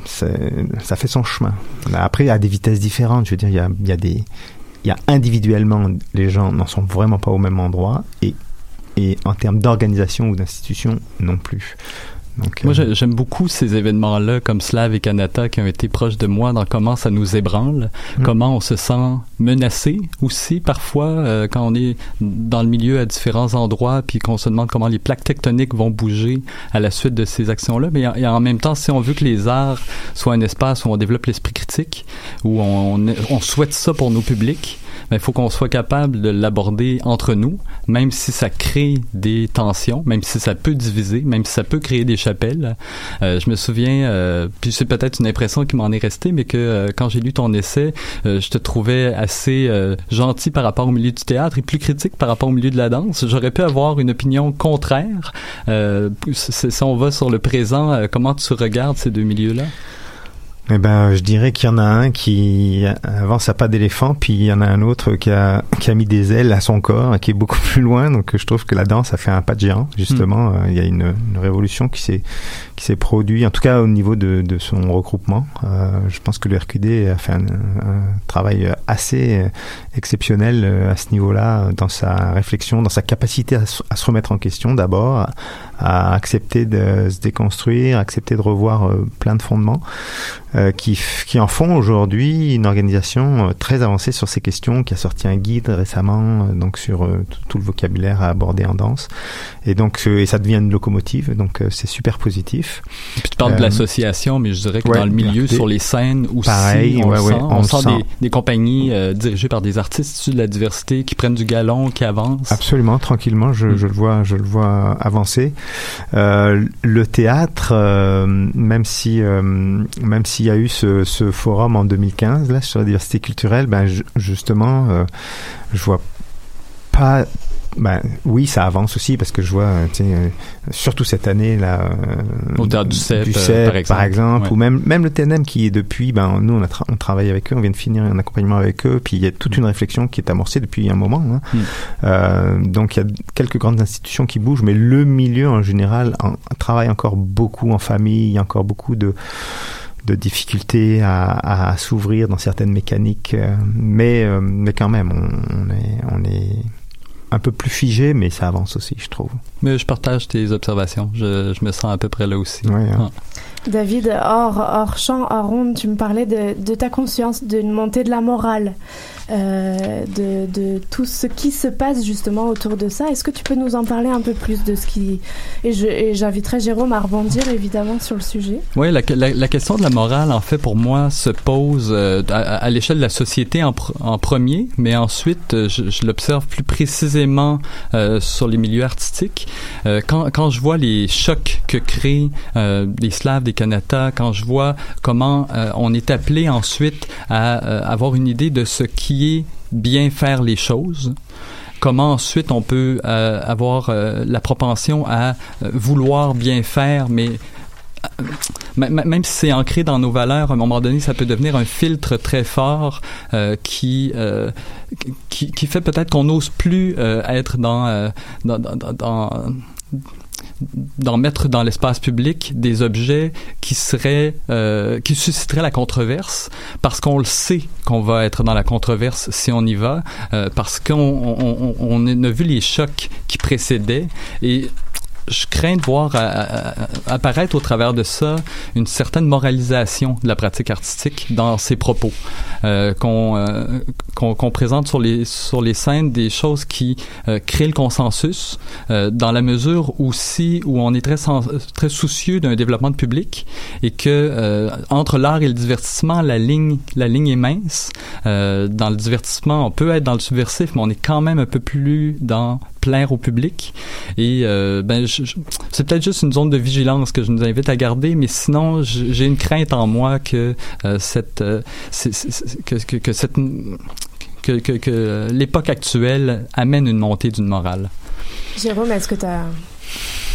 ça fait son chemin. Après, à des vitesses différentes, je veux dire, il y a, il y a des, il y a individuellement, les gens n'en sont vraiment pas au même endroit, et, et en termes d'organisation ou d'institution, non plus. Donc, moi, euh... j'aime beaucoup ces événements-là, comme Slav et Kanata, qui ont été proches de moi dans comment ça nous ébranle, mmh. comment on se sent menacé aussi, parfois, euh, quand on est dans le milieu à différents endroits, puis qu'on se demande comment les plaques tectoniques vont bouger à la suite de ces actions-là. Mais et en même temps, si on veut que les arts soient un espace où on développe l'esprit critique, où on, on souhaite ça pour nos publics, il faut qu'on soit capable de l'aborder entre nous, même si ça crée des tensions, même si ça peut diviser, même si ça peut créer des chapelles. Euh, je me souviens, euh, puis c'est peut-être une impression qui m'en est restée, mais que euh, quand j'ai lu ton essai, euh, je te trouvais assez euh, gentil par rapport au milieu du théâtre et plus critique par rapport au milieu de la danse. J'aurais pu avoir une opinion contraire. Euh, si on va sur le présent, euh, comment tu regardes ces deux milieux-là? Eh ben, je dirais qu'il y en a un qui avance à pas d'éléphant, puis il y en a un autre qui a, qui a mis des ailes à son corps, qui est beaucoup plus loin. Donc, je trouve que la danse a fait un pas de géant, justement. Mmh. Il y a une, une révolution qui s'est, qui s'est produite, en tout cas au niveau de, de son regroupement. Euh, je pense que le R Q D a fait un, un travail assez exceptionnel à ce niveau-là, dans sa réflexion, dans sa capacité à, à se remettre en question d'abord, à, à accepter de se déconstruire, à accepter de revoir euh, plein de fondements. Euh, qui, qui en font aujourd'hui une organisation euh, très avancée sur ces questions, qui a sorti un guide récemment, euh, donc sur euh, tout, tout le vocabulaire à aborder en danse. Et donc, euh, et ça devient une locomotive, donc euh, c'est super positif. Et puis tu parles euh, de l'association, mais je dirais que ouais, dans le milieu, sur les scènes aussi, pareil, on ouais, le ouais, sent. on, on sent sent des, des compagnies euh, dirigées par des artistes issus de la diversité qui prennent du galon, qui avancent. Absolument, tranquillement, je, mmh. je le vois, je le vois avancer. Euh, le théâtre, euh, même si, euh, même s'il y a eu ce, ce forum en deux mille quinze là sur la diversité culturelle, ben je, justement, euh, je vois pas. Ben oui, ça avance aussi parce que je vois, tu sais, euh, surtout cette année là, euh, au théâtre du C E P, du C E P par exemple, par exemple ouais. ou même même le T N M qui est depuis, ben nous on a tra- on travaille avec eux, on vient de finir un accompagnement avec eux, puis il y a toute une réflexion qui est amorcée depuis un moment. Hein. Mm. Euh, donc il y a quelques grandes institutions qui bougent, mais le milieu en général en, travaille encore beaucoup en famille, il y a encore beaucoup de de difficultés à, à s'ouvrir dans certaines mécaniques, euh, mais euh, mais quand même on, on est on est un peu plus figé, mais ça avance aussi, je trouve. Mais je partage tes observations. Je, je me sens à peu près là aussi. Ouais, hein. ah. David, hors, hors champ, hors ronde, tu me parlais de, de ta conscience, d'une montée de la morale, euh, de, de tout ce qui se passe justement autour de ça. Est-ce que tu peux nous en parler un peu plus de ce qui... Et, je, et j'inviterai Jérôme à rebondir évidemment sur le sujet. Oui, la, la, la question de la morale, en fait, pour moi, se pose euh, à, à l'échelle de la société en, pr- en premier, mais ensuite, je, je l'observe plus précisément euh, sur les milieux artistiques. Euh, quand, quand je vois les chocs que créent euh, les Slaves, des Kanata, quand je vois comment euh, on est appelé ensuite à euh, avoir une idée de ce qui est bien faire les choses, comment ensuite on peut euh, avoir euh, la propension à euh, vouloir bien faire, mais euh, même si c'est ancré dans nos valeurs, à un moment donné, ça peut devenir un filtre très fort euh, qui, euh, qui qui fait peut-être qu'on n'ose plus euh, être dans, euh, dans, dans, dans d'en mettre dans l'espace public des objets qui seraient euh, qui susciteraient la controverse, parce qu'on le sait qu'on va être dans la controverse si on y va, euh, parce qu'on on, on, on a vu les chocs qui précédaient, et je crains de voir à, à, apparaître au travers de ça une certaine moralisation de la pratique artistique dans ses propos, euh, qu'on, euh, qu'on qu'on présente sur les sur les scènes des choses qui euh, créent le consensus, euh, dans la mesure aussi où on est très sens, très soucieux d'un développement de public, et que euh, entre l'art et le divertissement, la ligne la ligne est mince. Euh, dans le divertissement, on peut être dans le subversif, mais on est quand même un peu plus dans plaire au public, et euh, ben je, je, c'est peut-être juste une zone de vigilance que je nous invite à garder, mais sinon j'ai une crainte en moi que euh, cette euh, c'est, c'est, que, que, que cette que, que, que l'époque actuelle amène une montée d'une morale. Jérôme, est-ce que tu as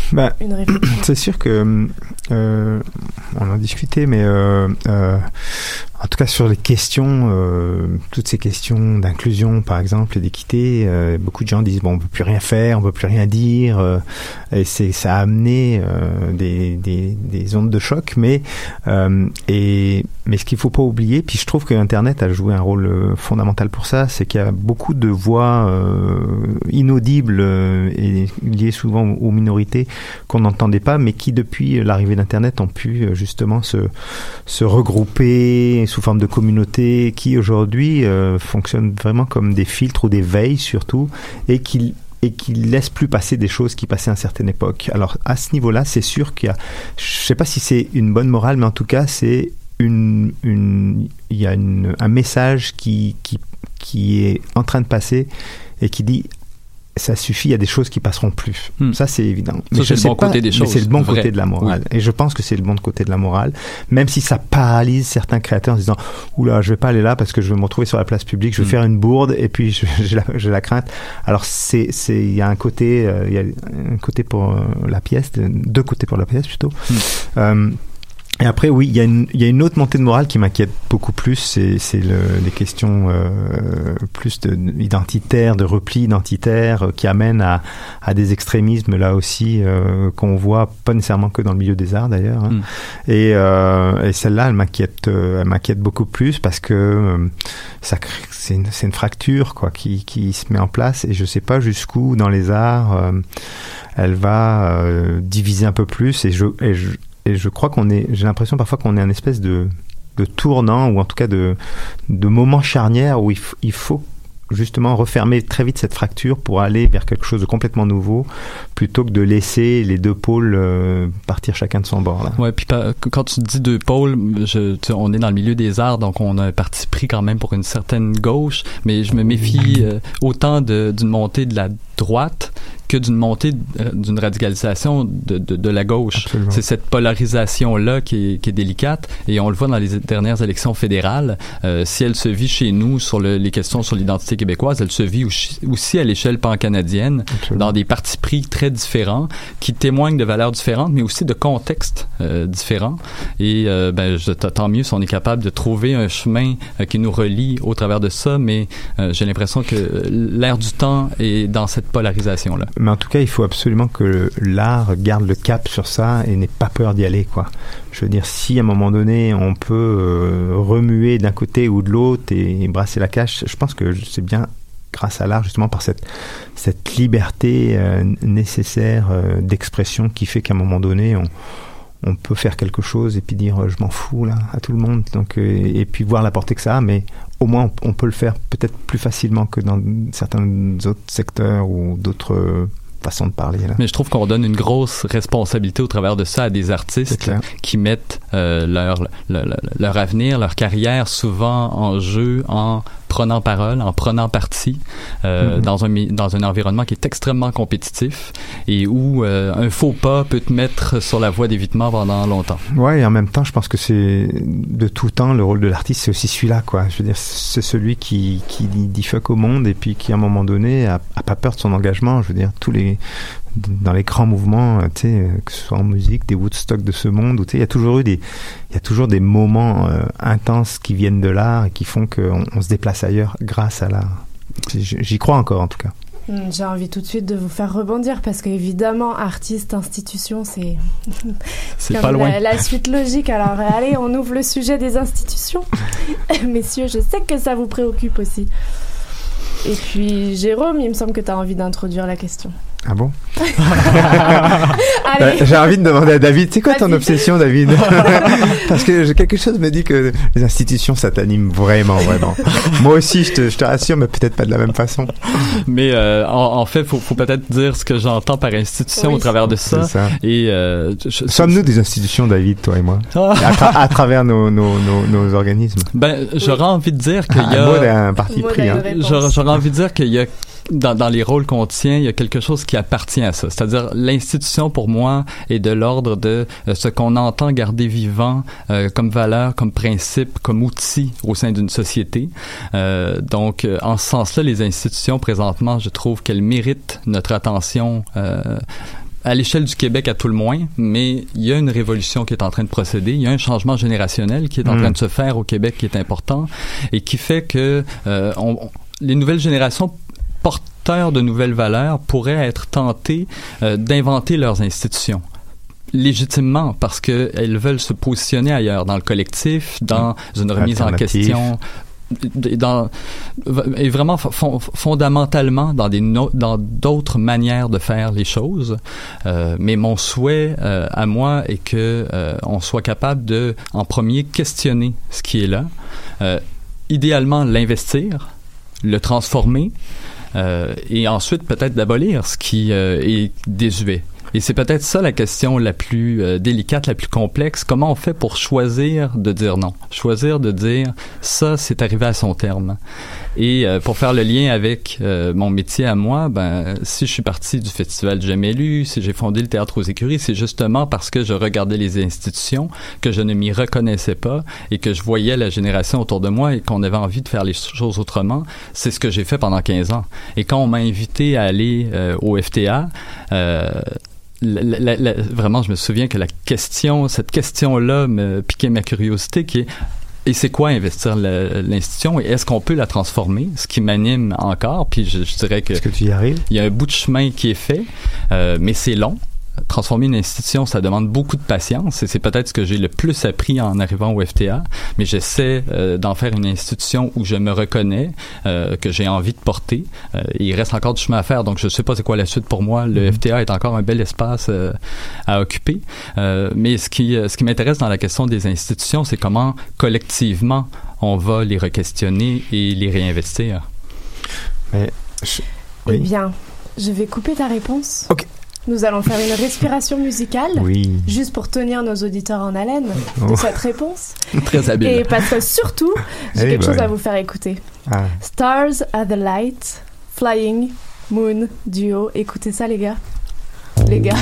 Ben, une réflexion. C'est sûr que euh, on en discutait, mais euh, euh, en tout cas sur les questions, euh, toutes ces questions d'inclusion, par exemple, et d'équité, euh, beaucoup de gens disent bon, on peut plus rien faire, on peut plus rien dire, euh, et c'est ça a amené euh, des, des des ondes de choc, mais euh, et mais ce qu'il faut pas oublier, puis je trouve que Internet a joué un rôle fondamental pour ça, c'est qu'il y a beaucoup de voix euh, inaudibles euh, et liées souvent aux minorités qu'on n'entendait pas, mais qui depuis l'arrivée d'Internet ont pu justement se se regrouper sous forme de communauté, qui aujourd'hui euh, fonctionnent vraiment comme des filtres ou des veilles surtout, et qui et qui laisse plus passer des choses qui passaient à une certaine époque. Alors à ce niveau-là, c'est sûr qu'il y a, je sais pas si c'est une bonne morale, mais en tout cas c'est une une il y a une, un message qui qui qui est en train de passer et qui dit ça suffit, il y a des choses qui passeront plus. Hmm. Ça, c'est évident. Ça, mais c'est le bon pas, côté des choses. Mais c'est le bon vrai. côté de la morale. Oui. Et je pense que c'est le bon côté de la morale. Même si ça paralyse certains créateurs en disant, oula, je vais pas aller là parce que je vais me retrouver sur la place publique, je vais hmm. faire une bourde et puis je, j'ai, la, j'ai la crainte. Alors, c'est, c'est, il y a un côté, euh, il y a un côté pour euh, la pièce, deux côtés pour la pièce plutôt. Hmm. Euh, Et après, oui, il y a une, il y a une autre montée de morale qui m'inquiète beaucoup plus, c'est, c'est le, les questions euh, plus de, identitaires, de repli identitaire, euh, qui amènent à, à des extrémismes là aussi euh, qu'on voit pas nécessairement que dans le milieu des arts d'ailleurs. Hein. Mm. Et, euh, et celle-là, elle m'inquiète, euh, elle m'inquiète beaucoup plus parce que euh, ça crée, c'est une, c'est une fracture quoi qui, qui se met en place et je sais pas jusqu'où dans les arts euh, elle va euh, diviser un peu plus et je, et je Et je crois qu'on est, j'ai l'impression parfois qu'on est un espèce de, de tournant ou en tout cas de, de moment charnière où il, f- il faut justement refermer très vite cette fracture pour aller vers quelque chose de complètement nouveau plutôt que de laisser les deux pôles euh, partir chacun de son bord. Là. Ouais, puis quand tu dis deux pôles, je, tu, on est dans le milieu des arts, donc on a un parti pris quand même pour une certaine gauche, mais je me méfie euh, autant de, d'une montée de la droite que d'une montée d'une radicalisation de, de, de la gauche. Absolument. C'est cette polarisation-là qui est, qui est délicate et on le voit dans les dernières élections fédérales. Euh, si elle se vit chez nous sur le, les questions sur l'identité québécoise, elle se vit aussi à l'échelle pan-canadienne Absolument. Dans des partis pris très différents qui témoignent de valeurs différentes mais aussi de contextes euh, différents. Et euh, ben, je, tant mieux si on est capable de trouver un chemin euh, qui nous relie au travers de ça, mais euh, j'ai l'impression que l'air du temps est dans cette polarisation-là. Mais en tout cas, il faut absolument que l'art garde le cap sur ça et n'ait pas peur d'y aller, quoi. Je veux dire, si à un moment donné, on peut euh, remuer d'un côté ou de l'autre et, et brasser la cage, je pense que c'est bien grâce à l'art, justement, par cette, cette liberté euh, nécessaire euh, d'expression qui fait qu'à un moment donné, on, on peut faire quelque chose et puis dire euh, je m'en fous, là, à tout le monde. Donc, euh, et puis voir la portée que ça a, mais au moins, on, on peut le faire peut-être plus facilement que dans certains autres secteurs ou d'autres euh, façons de parler. Là. Mais je trouve qu'on donne une grosse responsabilité au travers de ça à des artistes qui mettent euh, leur, leur, leur avenir, leur carrière souvent en jeu en prenant parole, en prenant parti euh, mm-hmm. dans un dans un environnement qui est extrêmement compétitif et où euh, un faux pas peut te mettre sur la voie d'évitement pendant longtemps. Ouais, et en même temps, je pense que c'est de tout temps le rôle de l'artiste, c'est aussi celui-là, quoi. Je veux dire, c'est celui qui qui dit fuck au monde et puis qui à un moment donné a, a pas peur de son engagement. Je veux dire, tous les dans les grands mouvements, tu sais, que ce soit en musique, des Woodstock de ce monde, où tu sais, il y a toujours eu des, il y a toujours des moments euh, intenses qui viennent de l'art et qui font qu'on on se déplace ailleurs grâce à l'art. J'y crois encore, en tout cas. J'ai envie tout de suite de vous faire rebondir parce qu'évidemment, artiste, institution, c'est, c'est comme pas loin. La, la suite logique. Alors, allez, on ouvre le sujet des institutions. Messieurs, je sais que ça vous préoccupe aussi. Et puis, Jérôme, il me semble que tu as envie d'introduire la question. Ah bon? euh, j'ai envie de demander à David, c'est quoi ton obsession, David? Parce que quelque chose me dit que les institutions, ça t'anime vraiment, vraiment. Moi aussi, je te, je te rassure, mais peut-être pas de la même façon. Mais euh, en, en fait, faut, faut peut-être dire ce que j'entends par institution oui. au travers de ça. ça. Et euh, je, sommes-nous des institutions, David, toi et moi, à, tra- à travers nos, nos, nos, nos organismes? Ben, j'aurais oui. envie de dire qu'il y a. Un mot d'un parti pris. Hein. J'aurais, j'aurais envie de dire qu'il y a. Dans, dans les rôles qu'on tient, il y a quelque chose qui appartient à ça. C'est-à-dire, l'institution, pour moi, est de l'ordre de euh, ce qu'on entend garder vivant euh, comme valeur, comme principe, comme outil au sein d'une société. Euh, donc, euh, en ce sens-là, les institutions, présentement, je trouve qu'elles méritent notre attention euh, à l'échelle du Québec à tout le moins, mais il y a une révolution qui est en train de procéder, il y a un changement générationnel qui est en mmh. train de se faire au Québec qui est important et qui fait que euh, on, on, les nouvelles générations porteurs de nouvelles valeurs pourraient être tentées euh, d'inventer leurs institutions. Légitimement, parce qu'elles veulent se positionner ailleurs, dans le collectif, dans une remise en question... Dans, et vraiment fond, fondamentalement dans des no, dans d'autres manières de faire les choses, euh, mais mon souhait euh, à moi est que euh, on soit capable de en premier questionner ce qui est là, euh, idéalement l'investir, le transformer euh, et ensuite peut-être d'abolir ce qui euh, est désuet. Et c'est peut-être ça la question la plus euh, délicate, la plus complexe. Comment on fait pour choisir de dire non? Choisir de dire ça, c'est arrivé à son terme. Et euh, pour faire le lien avec euh, mon métier à moi, ben si je suis parti du Festival Jamais Lu, si j'ai fondé le Théâtre aux Écuries, c'est justement parce que je regardais les institutions, que je ne m'y reconnaissais pas et que je voyais la génération autour de moi et qu'on avait envie de faire les choses autrement. C'est ce que j'ai fait pendant quinze ans. Et quand on m'a invité à aller euh, au F T A, euh, La, la, la, vraiment, je me souviens que la question, cette question-là me piquait ma curiosité, qui est et c'est quoi investir la, l'institution et est-ce qu'on peut la transformer, ce qui m'anime encore. Puis je, je dirais que, est-ce que tu y arrives? Il y a un bout de chemin qui est fait, euh, mais c'est long. Transformer une institution, ça demande beaucoup de patience et c'est peut-être ce que j'ai le plus appris en arrivant au F T A, mais j'essaie euh, d'en faire une institution où je me reconnais, euh, que j'ai envie de porter. Euh, et il reste encore du chemin à faire, donc je ne sais pas c'est quoi la suite pour moi. Le mm-hmm. F T A est encore un bel espace euh, à occuper, euh, mais ce qui, ce qui m'intéresse dans la question des institutions, c'est comment collectivement on va les re-questionner et les réinvestir. Mais je... oui. Eh bien, je vais couper ta réponse. Ok. Nous allons faire une respiration musicale, oui. juste pour tenir nos auditeurs en haleine de oh. cette réponse. Très habile. Et parce que surtout, j'ai hey quelque boy. chose à vous faire écouter. Ah. Stars at the Light, Flying Moon Duo. Écoutez ça, les gars. Les gars.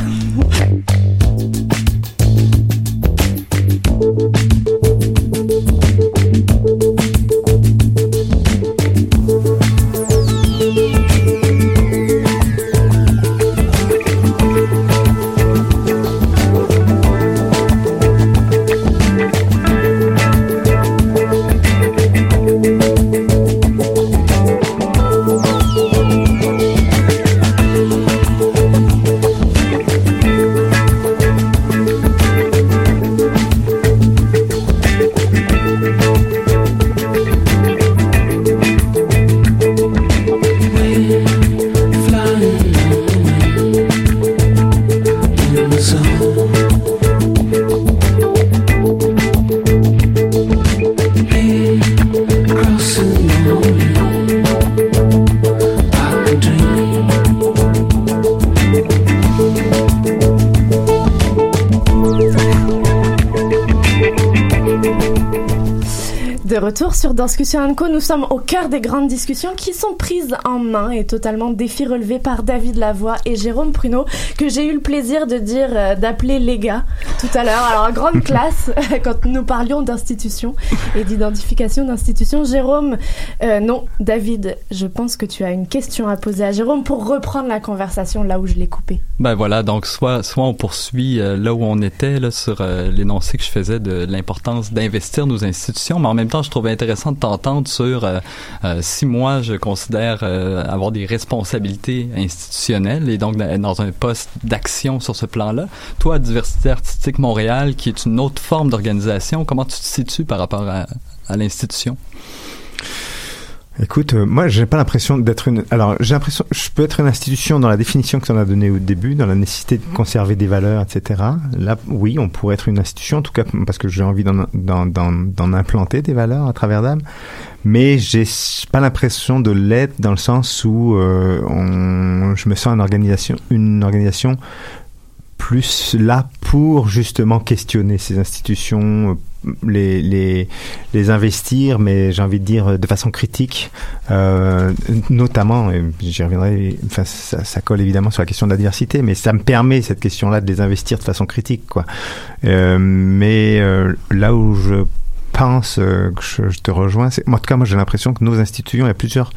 De retour sur Danscussion and Co, nous sommes au cœur des grandes discussions qui sont prises en main et totalement défis relevés par David Lavoie et Jérôme Pruneau, que j'ai eu le plaisir de dire, euh, d'appeler les gars tout à l'heure. Alors, en grande classe, quand nous parlions d'institutions et d'identification d'institutions. Jérôme, euh, non, David, je pense que tu as une question à poser à Jérôme pour reprendre la conversation là où je l'ai coupée. Ben voilà, donc soit, soit on poursuit euh, là où on était, là, sur euh, l'énoncé que je faisais de l'importance d'investir nos institutions, mais en même temps, je trouvais intéressant de t'entendre sur euh, euh, si moi je considère euh, avoir des responsabilités institutionnelles et donc dans un poste d'action sur ce plan-là. Toi, à Diversité Artistique Montréal, qui est une autre forme d'organisation, comment tu te situes par rapport à, à l'institution? Écoute, euh, moi, j'ai pas l'impression d'être une... Alors, j'ai l'impression... Je peux être une institution dans la définition que tu en as donnée au début, dans la nécessité de conserver des valeurs, et cetera. Là, oui, on pourrait être une institution, en tout cas parce que j'ai envie d'en, d'en, d'en, d'en implanter des valeurs à travers d'âme. Mais j'ai pas l'impression de l'être dans le sens où euh, on, je me sens une organisation, une organisation plus là pour justement questionner ces institutions, les les les investir, mais j'ai envie de dire de façon critique, euh, notamment, et j'y reviendrai, enfin ça, ça colle évidemment sur la question de la diversité, mais ça me permet cette question-là de les investir de façon critique, quoi. Euh, mais euh, là où je pense euh, que je, je te rejoins, c'est, en tout cas moi j'ai l'impression que nos institutions, il y a plusieurs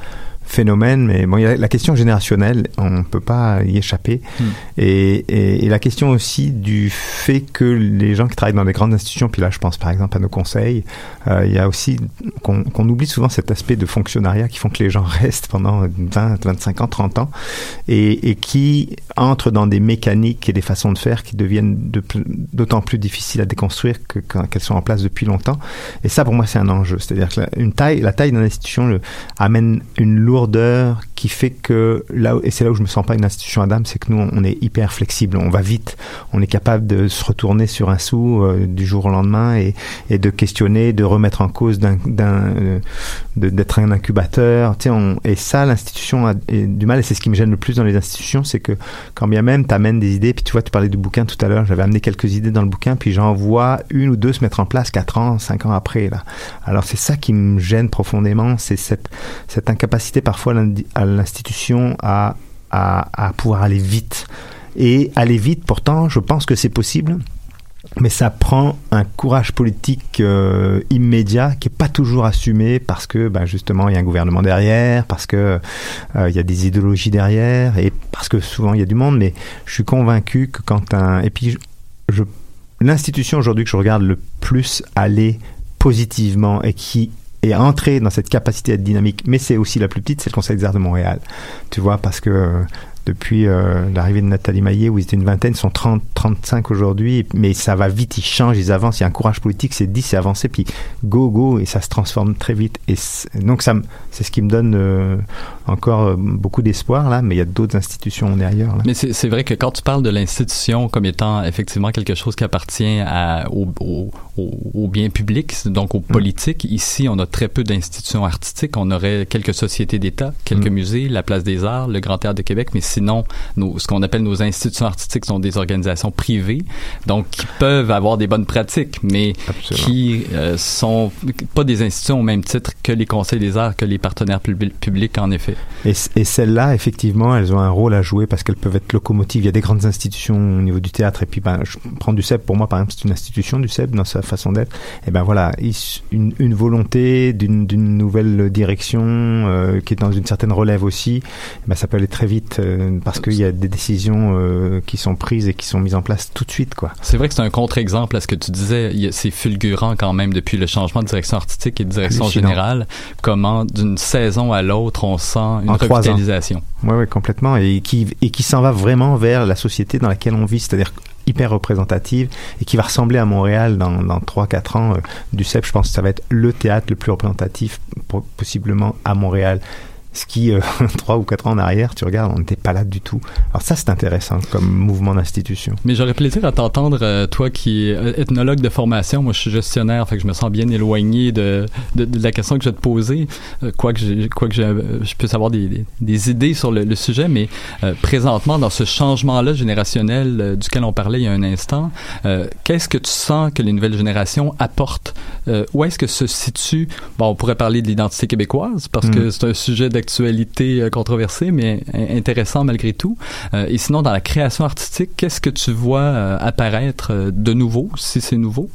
phénomène, mais bon, il y a la question générationnelle, on peut pas y échapper. Mm. Et, et, et la question aussi du fait que les gens qui travaillent dans des grandes institutions, puis là je pense par exemple à nos conseils, euh, il y a aussi qu'on, qu'on oublie souvent cet aspect de fonctionnariat qui font que les gens restent pendant vingt, vingt-cinq ans, trente ans, et, et qui entrent dans des mécaniques et des façons de faire qui deviennent de, d'autant plus difficiles à déconstruire que, que, qu'elles sont en place depuis longtemps. Et ça, pour moi, c'est un enjeu. C'est-à-dire que la, une taille, la taille d'une institution le, amène une lourdeur qui fait que là, et c'est là où je me sens pas une institution à dame, c'est que nous on est hyper flexible, on va vite, on est capable de se retourner sur un sou euh, du jour au lendemain et, et de questionner, de remettre en cause d'un, d'un euh, de, d'être un incubateur, tu sais, on, et ça l'institution a, a du mal, et c'est ce qui me gêne le plus dans les institutions, c'est que quand bien même t'amènes des idées, puis tu vois, tu parlais du bouquin tout à l'heure, j'avais amené quelques idées dans le bouquin, puis j'en vois une ou deux se mettre en place quatre ans, cinq ans après là. Alors c'est ça qui me gêne profondément, c'est cette cette incapacité parfois à l'institution à, à, à pouvoir aller vite. Et aller vite, pourtant, je pense que c'est possible, mais ça prend un courage politique euh, immédiat qui est pas toujours assumé parce que, ben, justement, il y a un gouvernement derrière, parce que euh, il y a des idéologies derrière, et parce que souvent il y a du monde, mais je suis convaincu que quand un... Et puis, je, je... l'institution aujourd'hui que je regarde le plus aller positivement et qui et entrer dans cette capacité à être dynamique, mais c'est aussi la plus petite, c'est le Conseil des Arts de Montréal. Tu vois, parce que euh, depuis euh, l'arrivée de Nathalie Maillet, où ils étaient une vingtaine, ils sont trente, trente-cinq aujourd'hui, mais ça va vite, ils changent, ils avancent, il y a un courage politique, c'est dit, c'est avancé, puis go, go, et ça se transforme très vite. Et donc, ça, c'est ce qui me donne euh, encore beaucoup d'espoir, là, mais il y a d'autres institutions derrière. Là. Mais c'est, c'est vrai que quand tu parles de l'institution comme étant effectivement quelque chose qui appartient à, au, au, au, au bien public, donc au politique, mmh. ici, on a très peu d'institutions artistiques. On aurait quelques sociétés d'État, quelques mmh. musées, la Place des Arts, le Grand Théâtre de Québec, mais sinon, nos, ce qu'on appelle nos institutions artistiques sont des organisations privées, donc qui peuvent avoir des bonnes pratiques, mais Absolument. qui euh, sont pas des institutions au même titre que les conseils des arts, que les partenaires pub- publics, en effet. Et, et celles-là, effectivement, elles ont un rôle à jouer parce qu'elles peuvent être locomotives. Il y a des grandes institutions au niveau du théâtre, et puis ben, je prends du C E B, pour moi, par exemple, c'est une institution, du C E B, dans sa façon d'être. Et ben voilà, une, une volonté d'une, d'une nouvelle direction euh, qui est dans une certaine relève aussi, ben, ça peut aller très vite euh, parce qu'il y a des décisions euh, qui sont prises et qui sont mises en place tout de suite, quoi. C'est vrai que c'est un contre-exemple à ce que tu disais. Il y a, c'est fulgurant quand même depuis le changement de direction artistique et de direction Hallucinant. générale. Comment d'une saison à l'autre on sent une en revitalisation. Oui, oui, complètement, et qui et qui s'en va vraiment vers la société dans laquelle on vit, c'est-à-dire hyper représentative et qui va ressembler à Montréal dans dans trois quatre ans. Euh, du C E P, je pense que ça va être le théâtre le plus représentatif pour, possiblement à Montréal. Ce qui, euh, trois ou quatre ans en arrière, tu regardes, on n'était pas là du tout. Alors ça, c'est intéressant comme mouvement d'institution. Mais j'aurais plaisir à t'entendre, euh, toi qui es ethnologue de formation. Moi, je suis gestionnaire, fait que je me sens bien éloigné de, de, de la question que je vais te poser, euh, quoique, j'ai, quoique j'ai, je puisse avoir des, des, des idées sur le, le sujet, mais euh, présentement, dans ce changement-là générationnel euh, duquel on parlait il y a un instant, euh, qu'est-ce que tu sens que les nouvelles générations apportent? Euh, où est-ce que se situe, bon, on pourrait parler de l'identité québécoise, parce mmh. que c'est un sujet d'actualité controversée, mais intéressant malgré tout. Euh, et sinon, dans la création artistique, qu'est-ce que tu vois euh, apparaître euh, de nouveau, si c'est nouveau?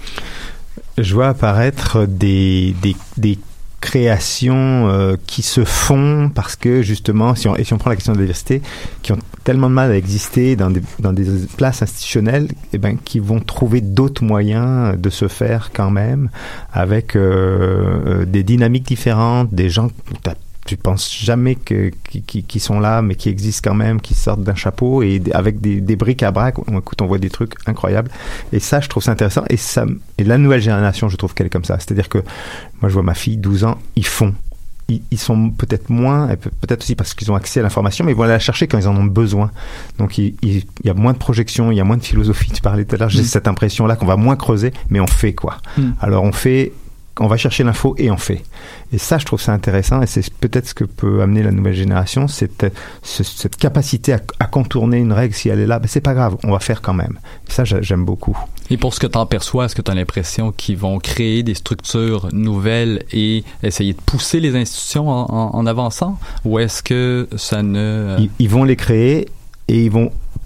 Je vois apparaître des, des, des créations euh, qui se font parce que, justement, si on, et si on prend la question de la diversité, qui ont tellement de mal à exister dans des, dans des places institutionnelles, eh ben, qui vont trouver d'autres moyens de se faire quand même, avec euh, des dynamiques différentes, des gens tu penses jamais que qui, qui, qui sont là, mais qui existent quand même, qui sortent d'un chapeau et avec des, des bric-à-brac. Écoute, on voit des trucs incroyables. Et ça, je trouve ça intéressant. Et ça, et la nouvelle génération, je trouve qu'elle est comme ça. C'est-à-dire que moi, je vois ma fille, douze ans, ils font. Ils, ils sont peut-être moins, et peut-être aussi parce qu'ils ont accès à l'information, mais ils vont aller la chercher quand ils en ont besoin. Donc, il, il, il y a moins de projection, il y a moins de philosophie. Tu parlais tout à l'heure, j'ai mmh. cette impression-là qu'on va moins creuser, mais on fait quoi. Mmh. Alors, on fait... on va chercher l'info et on fait. Et ça, je trouve ça intéressant, et c'est peut-être ce que peut amener la nouvelle génération, c'est cette, cette capacité à, à contourner une règle. Si elle est là, ben c'est pas grave, on va faire quand même. Et ça, j'aime beaucoup. Et pour ce que tu en perçois, est-ce que tu as l'impression qu'ils vont créer des structures nouvelles et essayer de pousser les institutions en, en, en avançant, ou est-ce que ça ne... Ils, ils vont les créer et ils vont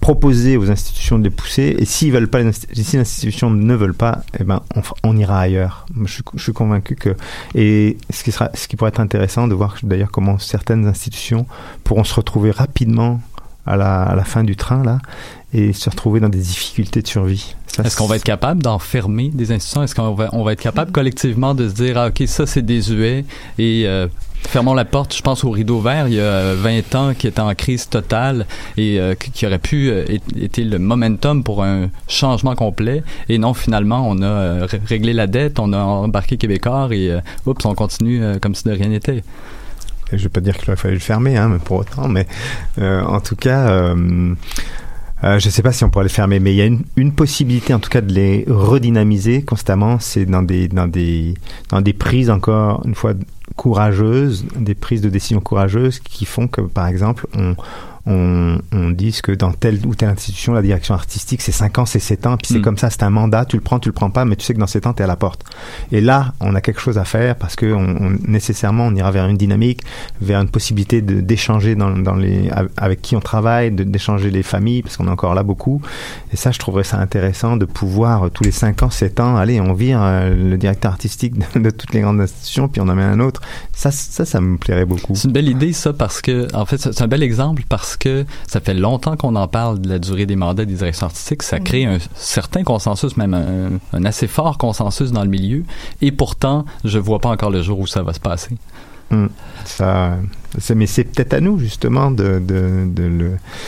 proposer aux institutions de les pousser, et s'ils veulent pas, les insti- si les institutions ne veulent pas, eh ben on, on ira ailleurs. Je suis, je suis convaincu que, et ce qui sera, ce qui pourrait être intéressant de voir d'ailleurs comment certaines institutions pourront se retrouver rapidement à la, à la fin du train là, et se retrouver dans des difficultés de survie. Ça, Est-ce qu'on va être capable d'enfermer des institutions? Est-ce qu'on va, on va être capable collectivement de se dire, ah, OK, ça c'est désuet et euh, fermons la porte? Je pense au Rideau Vert, il y a vingt ans, qui était en crise totale et euh, qui aurait pu euh, être le momentum pour un changement complet. Et non, finalement, on a euh, réglé la dette, on a embarqué Québécois et euh, oups, on continue euh, comme si de rien n'était. Je ne vais pas dire qu'il aurait fallu le fermer, hein, mais pour autant, mais euh, en tout cas... Euh, Euh, je ne sais pas si on pourrait les fermer, mais il y a une, une possibilité, en tout cas, de les redynamiser constamment. C'est dans des, dans des, dans des prises encore une fois courageuses, des prises de décision courageuses qui font que, par exemple, on on, on dise que dans telle ou telle institution, la direction artistique, c'est cinq ans, c'est sept ans, puis c'est Mm. comme ça, c'est un mandat, tu le prends, tu le prends pas, mais tu sais que dans sept ans, t'es à la porte. Et là, on a quelque chose à faire parce que on, on, nécessairement, on ira vers une dynamique, vers une possibilité de, d'échanger dans, dans les, avec qui on travaille, de, d'échanger les familles, parce qu'on est encore là beaucoup. Et ça, je trouverais ça intéressant de pouvoir, tous les cinq ans, sept ans, allez, on vire euh, le directeur artistique de, de toutes les grandes institutions, puis on en met un autre. Ça, ça, ça me plairait beaucoup. C'est une belle idée, ça, parce que, en fait, c'est un bel exemple parce que ça fait longtemps qu'on en parle de la durée des mandats des directions artistiques. Ça crée un certain consensus, même un, un assez fort consensus dans le milieu. Et pourtant, je vois pas encore le jour où ça va se passer. Hum, ça, c'est, mais c'est peut-être à nous, justement, de, de, de le...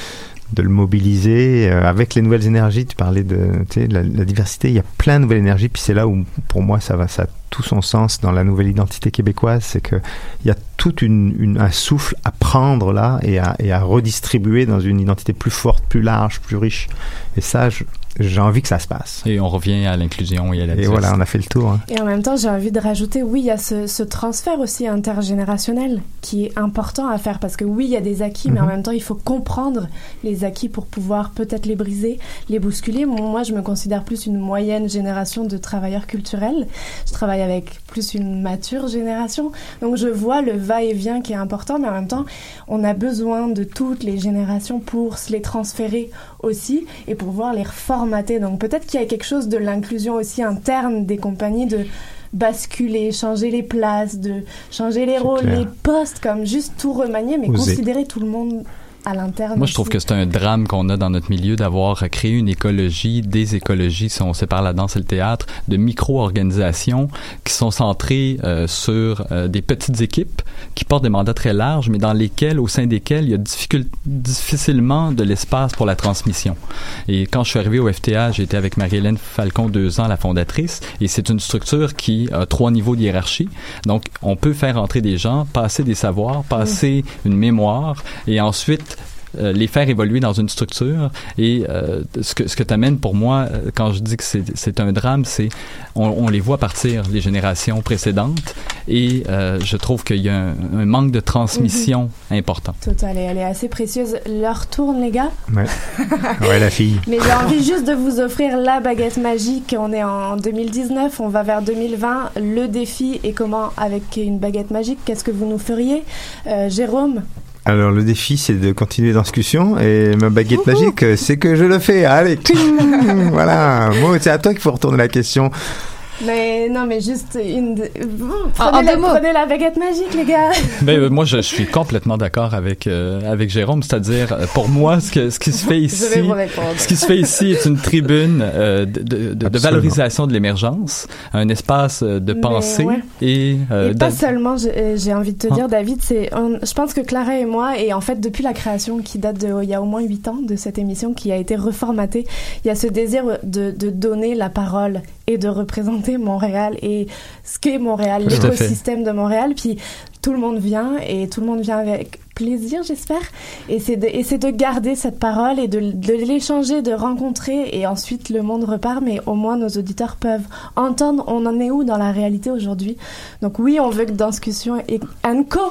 de le mobiliser euh, avec les nouvelles énergies. Tu parlais de, tu sais, de la, la diversité. Il y a plein de nouvelles énergies. Puis c'est là où, pour moi, ça va, ça a tout son sens dans la nouvelle identité québécoise. C'est que il y a tout une, une, un souffle à prendre là et à, et à redistribuer dans une identité plus forte, plus large, plus riche. Et ça, je, j'ai envie que ça se passe. Et on revient à l'inclusion et à la Et diversité. voilà, on a fait le tour. Hein. Et en même temps, j'ai envie de rajouter, oui, il y a ce, ce transfert aussi intergénérationnel qui est important à faire parce que oui, il y a des acquis, mm-hmm. mais en même temps, il faut comprendre les acquis pour pouvoir peut-être les briser, les bousculer. Moi, je me considère plus une moyenne génération de travailleurs culturels. Je travaille avec plus une mature génération. Donc, je vois le va-et-vient qui est important, mais en même temps, on a besoin de toutes les générations pour se les transférer aussi et pour pouvoir les reformater. Donc, peut-être qu'il y a quelque chose de l'inclusion aussi interne des compagnies de basculer, changer les places, de changer les c'est rôles, clair. Les postes, comme juste tout remanier, mais Oser. Considérer tout le monde à l'interne. Moi, aussi. je trouve que c'est un drame qu'on a dans notre milieu d'avoir créé une écologie, des écologies, si on sépare la danse et le théâtre, de micro-organisations qui sont centrées euh, sur euh, des petites équipes qui portent des mandats très larges, mais dans lesquelles, au sein desquelles, il y a difficult, difficilement de l'espace pour la transmission. Et quand je suis arrivé au F T A, j'ai été avec Marie-Hélène Falcon, deux ans, la fondatrice, et c'est une structure qui a trois niveaux de hiérarchie. Donc, on peut faire entrer des gens, passer des savoirs, passer mmh. une mémoire, et ensuite Euh, les faire évoluer dans une structure. Et euh, ce que ce que t'amènes pour moi, euh, quand je dis que c'est c'est un drame, c'est on, on les voit partir les générations précédentes et euh, je trouve qu'il y a un, un manque de transmission mm-hmm. important. Total, et elle est assez précieuse. L'heure tourne, les gars. Ouais. Ouais, la fille. Mais j'ai envie juste de vous offrir la baguette magique. On est en deux mille dix-neuf, on va vers deux mille vingt. Le défi est comment avec une baguette magique? Qu'est-ce que vous nous feriez, euh, Jérôme? Alors, le défi, c'est de continuer la discussion et ma baguette Ouhou. magique, c'est que je le fais. Allez, cling, voilà. Moi, c'est à toi qu'il faut retourner la question. Mais non, mais juste une. Prenez, la, prenez la baguette magique, les gars. Ben euh, moi, je, je suis complètement d'accord avec euh, avec Jérôme, c'est-à-dire euh, pour moi, ce que ce qui se fait ici, ce qui se fait ici est une tribune euh, de, de, de, de valorisation de l'émergence, un espace de pensée ouais. et. Euh, et pas seulement, j'ai, j'ai envie de te dire, ah. David, c'est. On, je pense que Clara et moi, et en fait depuis la création qui date de il y a au moins huit ans de cette émission qui a été reformatée, il y a ce désir de de donner la parole et de représenter Montréal et ce qu'est Montréal, tout l'écosystème de Montréal. Puis tout le monde vient et tout le monde vient avec plaisir, j'espère. Et c'est de, et c'est de garder cette parole et de, de l'échanger, de rencontrer et ensuite le monde repart. Mais au moins nos auditeurs peuvent entendre on en est où dans la réalité aujourd'hui. Donc oui, on veut que Danscussion et Anco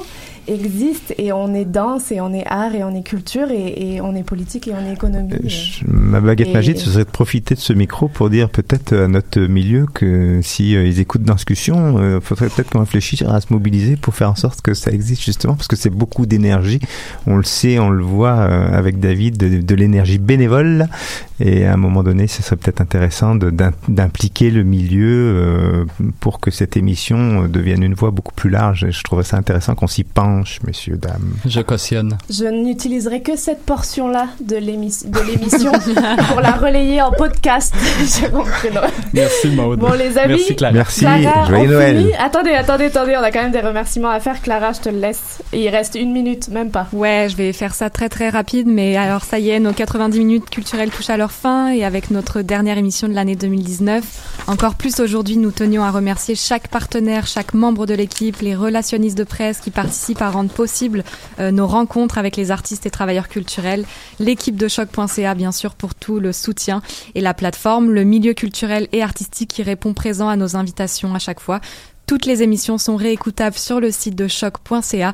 existe et on est danse et on est art et on est culture et, et on est politique et on est économie. Je, ma baguette et, magique, ce serait de profiter de ce micro pour dire peut-être à notre milieu que si euh, ils écoutent discussion, il euh, faudrait peut-être qu'on réfléchisse à se mobiliser pour faire en sorte que ça existe justement, parce que c'est beaucoup d'énergie. On le sait, on le voit euh, avec David, de, de l'énergie bénévole. Et à un moment donné, ce serait peut-être intéressant de, d'impliquer le milieu euh, pour que cette émission devienne une voie beaucoup plus large. Et je trouverais ça intéressant qu'on s'y penche, messieurs, dames. Je cautionne. Je n'utiliserai que cette portion-là de, l'émis- de l'émission pour la relayer en podcast. J'ai compris, non? Merci, Maud. Bon, les amis. Merci, Clara. Merci. Clara, Joyeux on Noël. finit. Attendez, attendez, attendez. On a quand même des remerciements à faire. Clara, je te le laisse. Il reste une minute, même pas. Ouais, je vais faire ça très très rapide, mais alors ça y est, nos quatre-vingt-dix minutes culturelles touchent à leur fin et avec notre dernière émission de l'année deux mille dix-neuf, encore plus aujourd'hui, nous tenions à remercier chaque partenaire, chaque membre de l'équipe, les relationnistes de presse qui participent à rendre possible euh, nos rencontres avec les artistes et travailleurs culturels, l'équipe de choc point c a bien sûr pour tout le soutien et la plateforme, le milieu culturel et artistique qui répond présent à nos invitations à chaque fois. Toutes les émissions sont réécoutables sur le site de choc point c a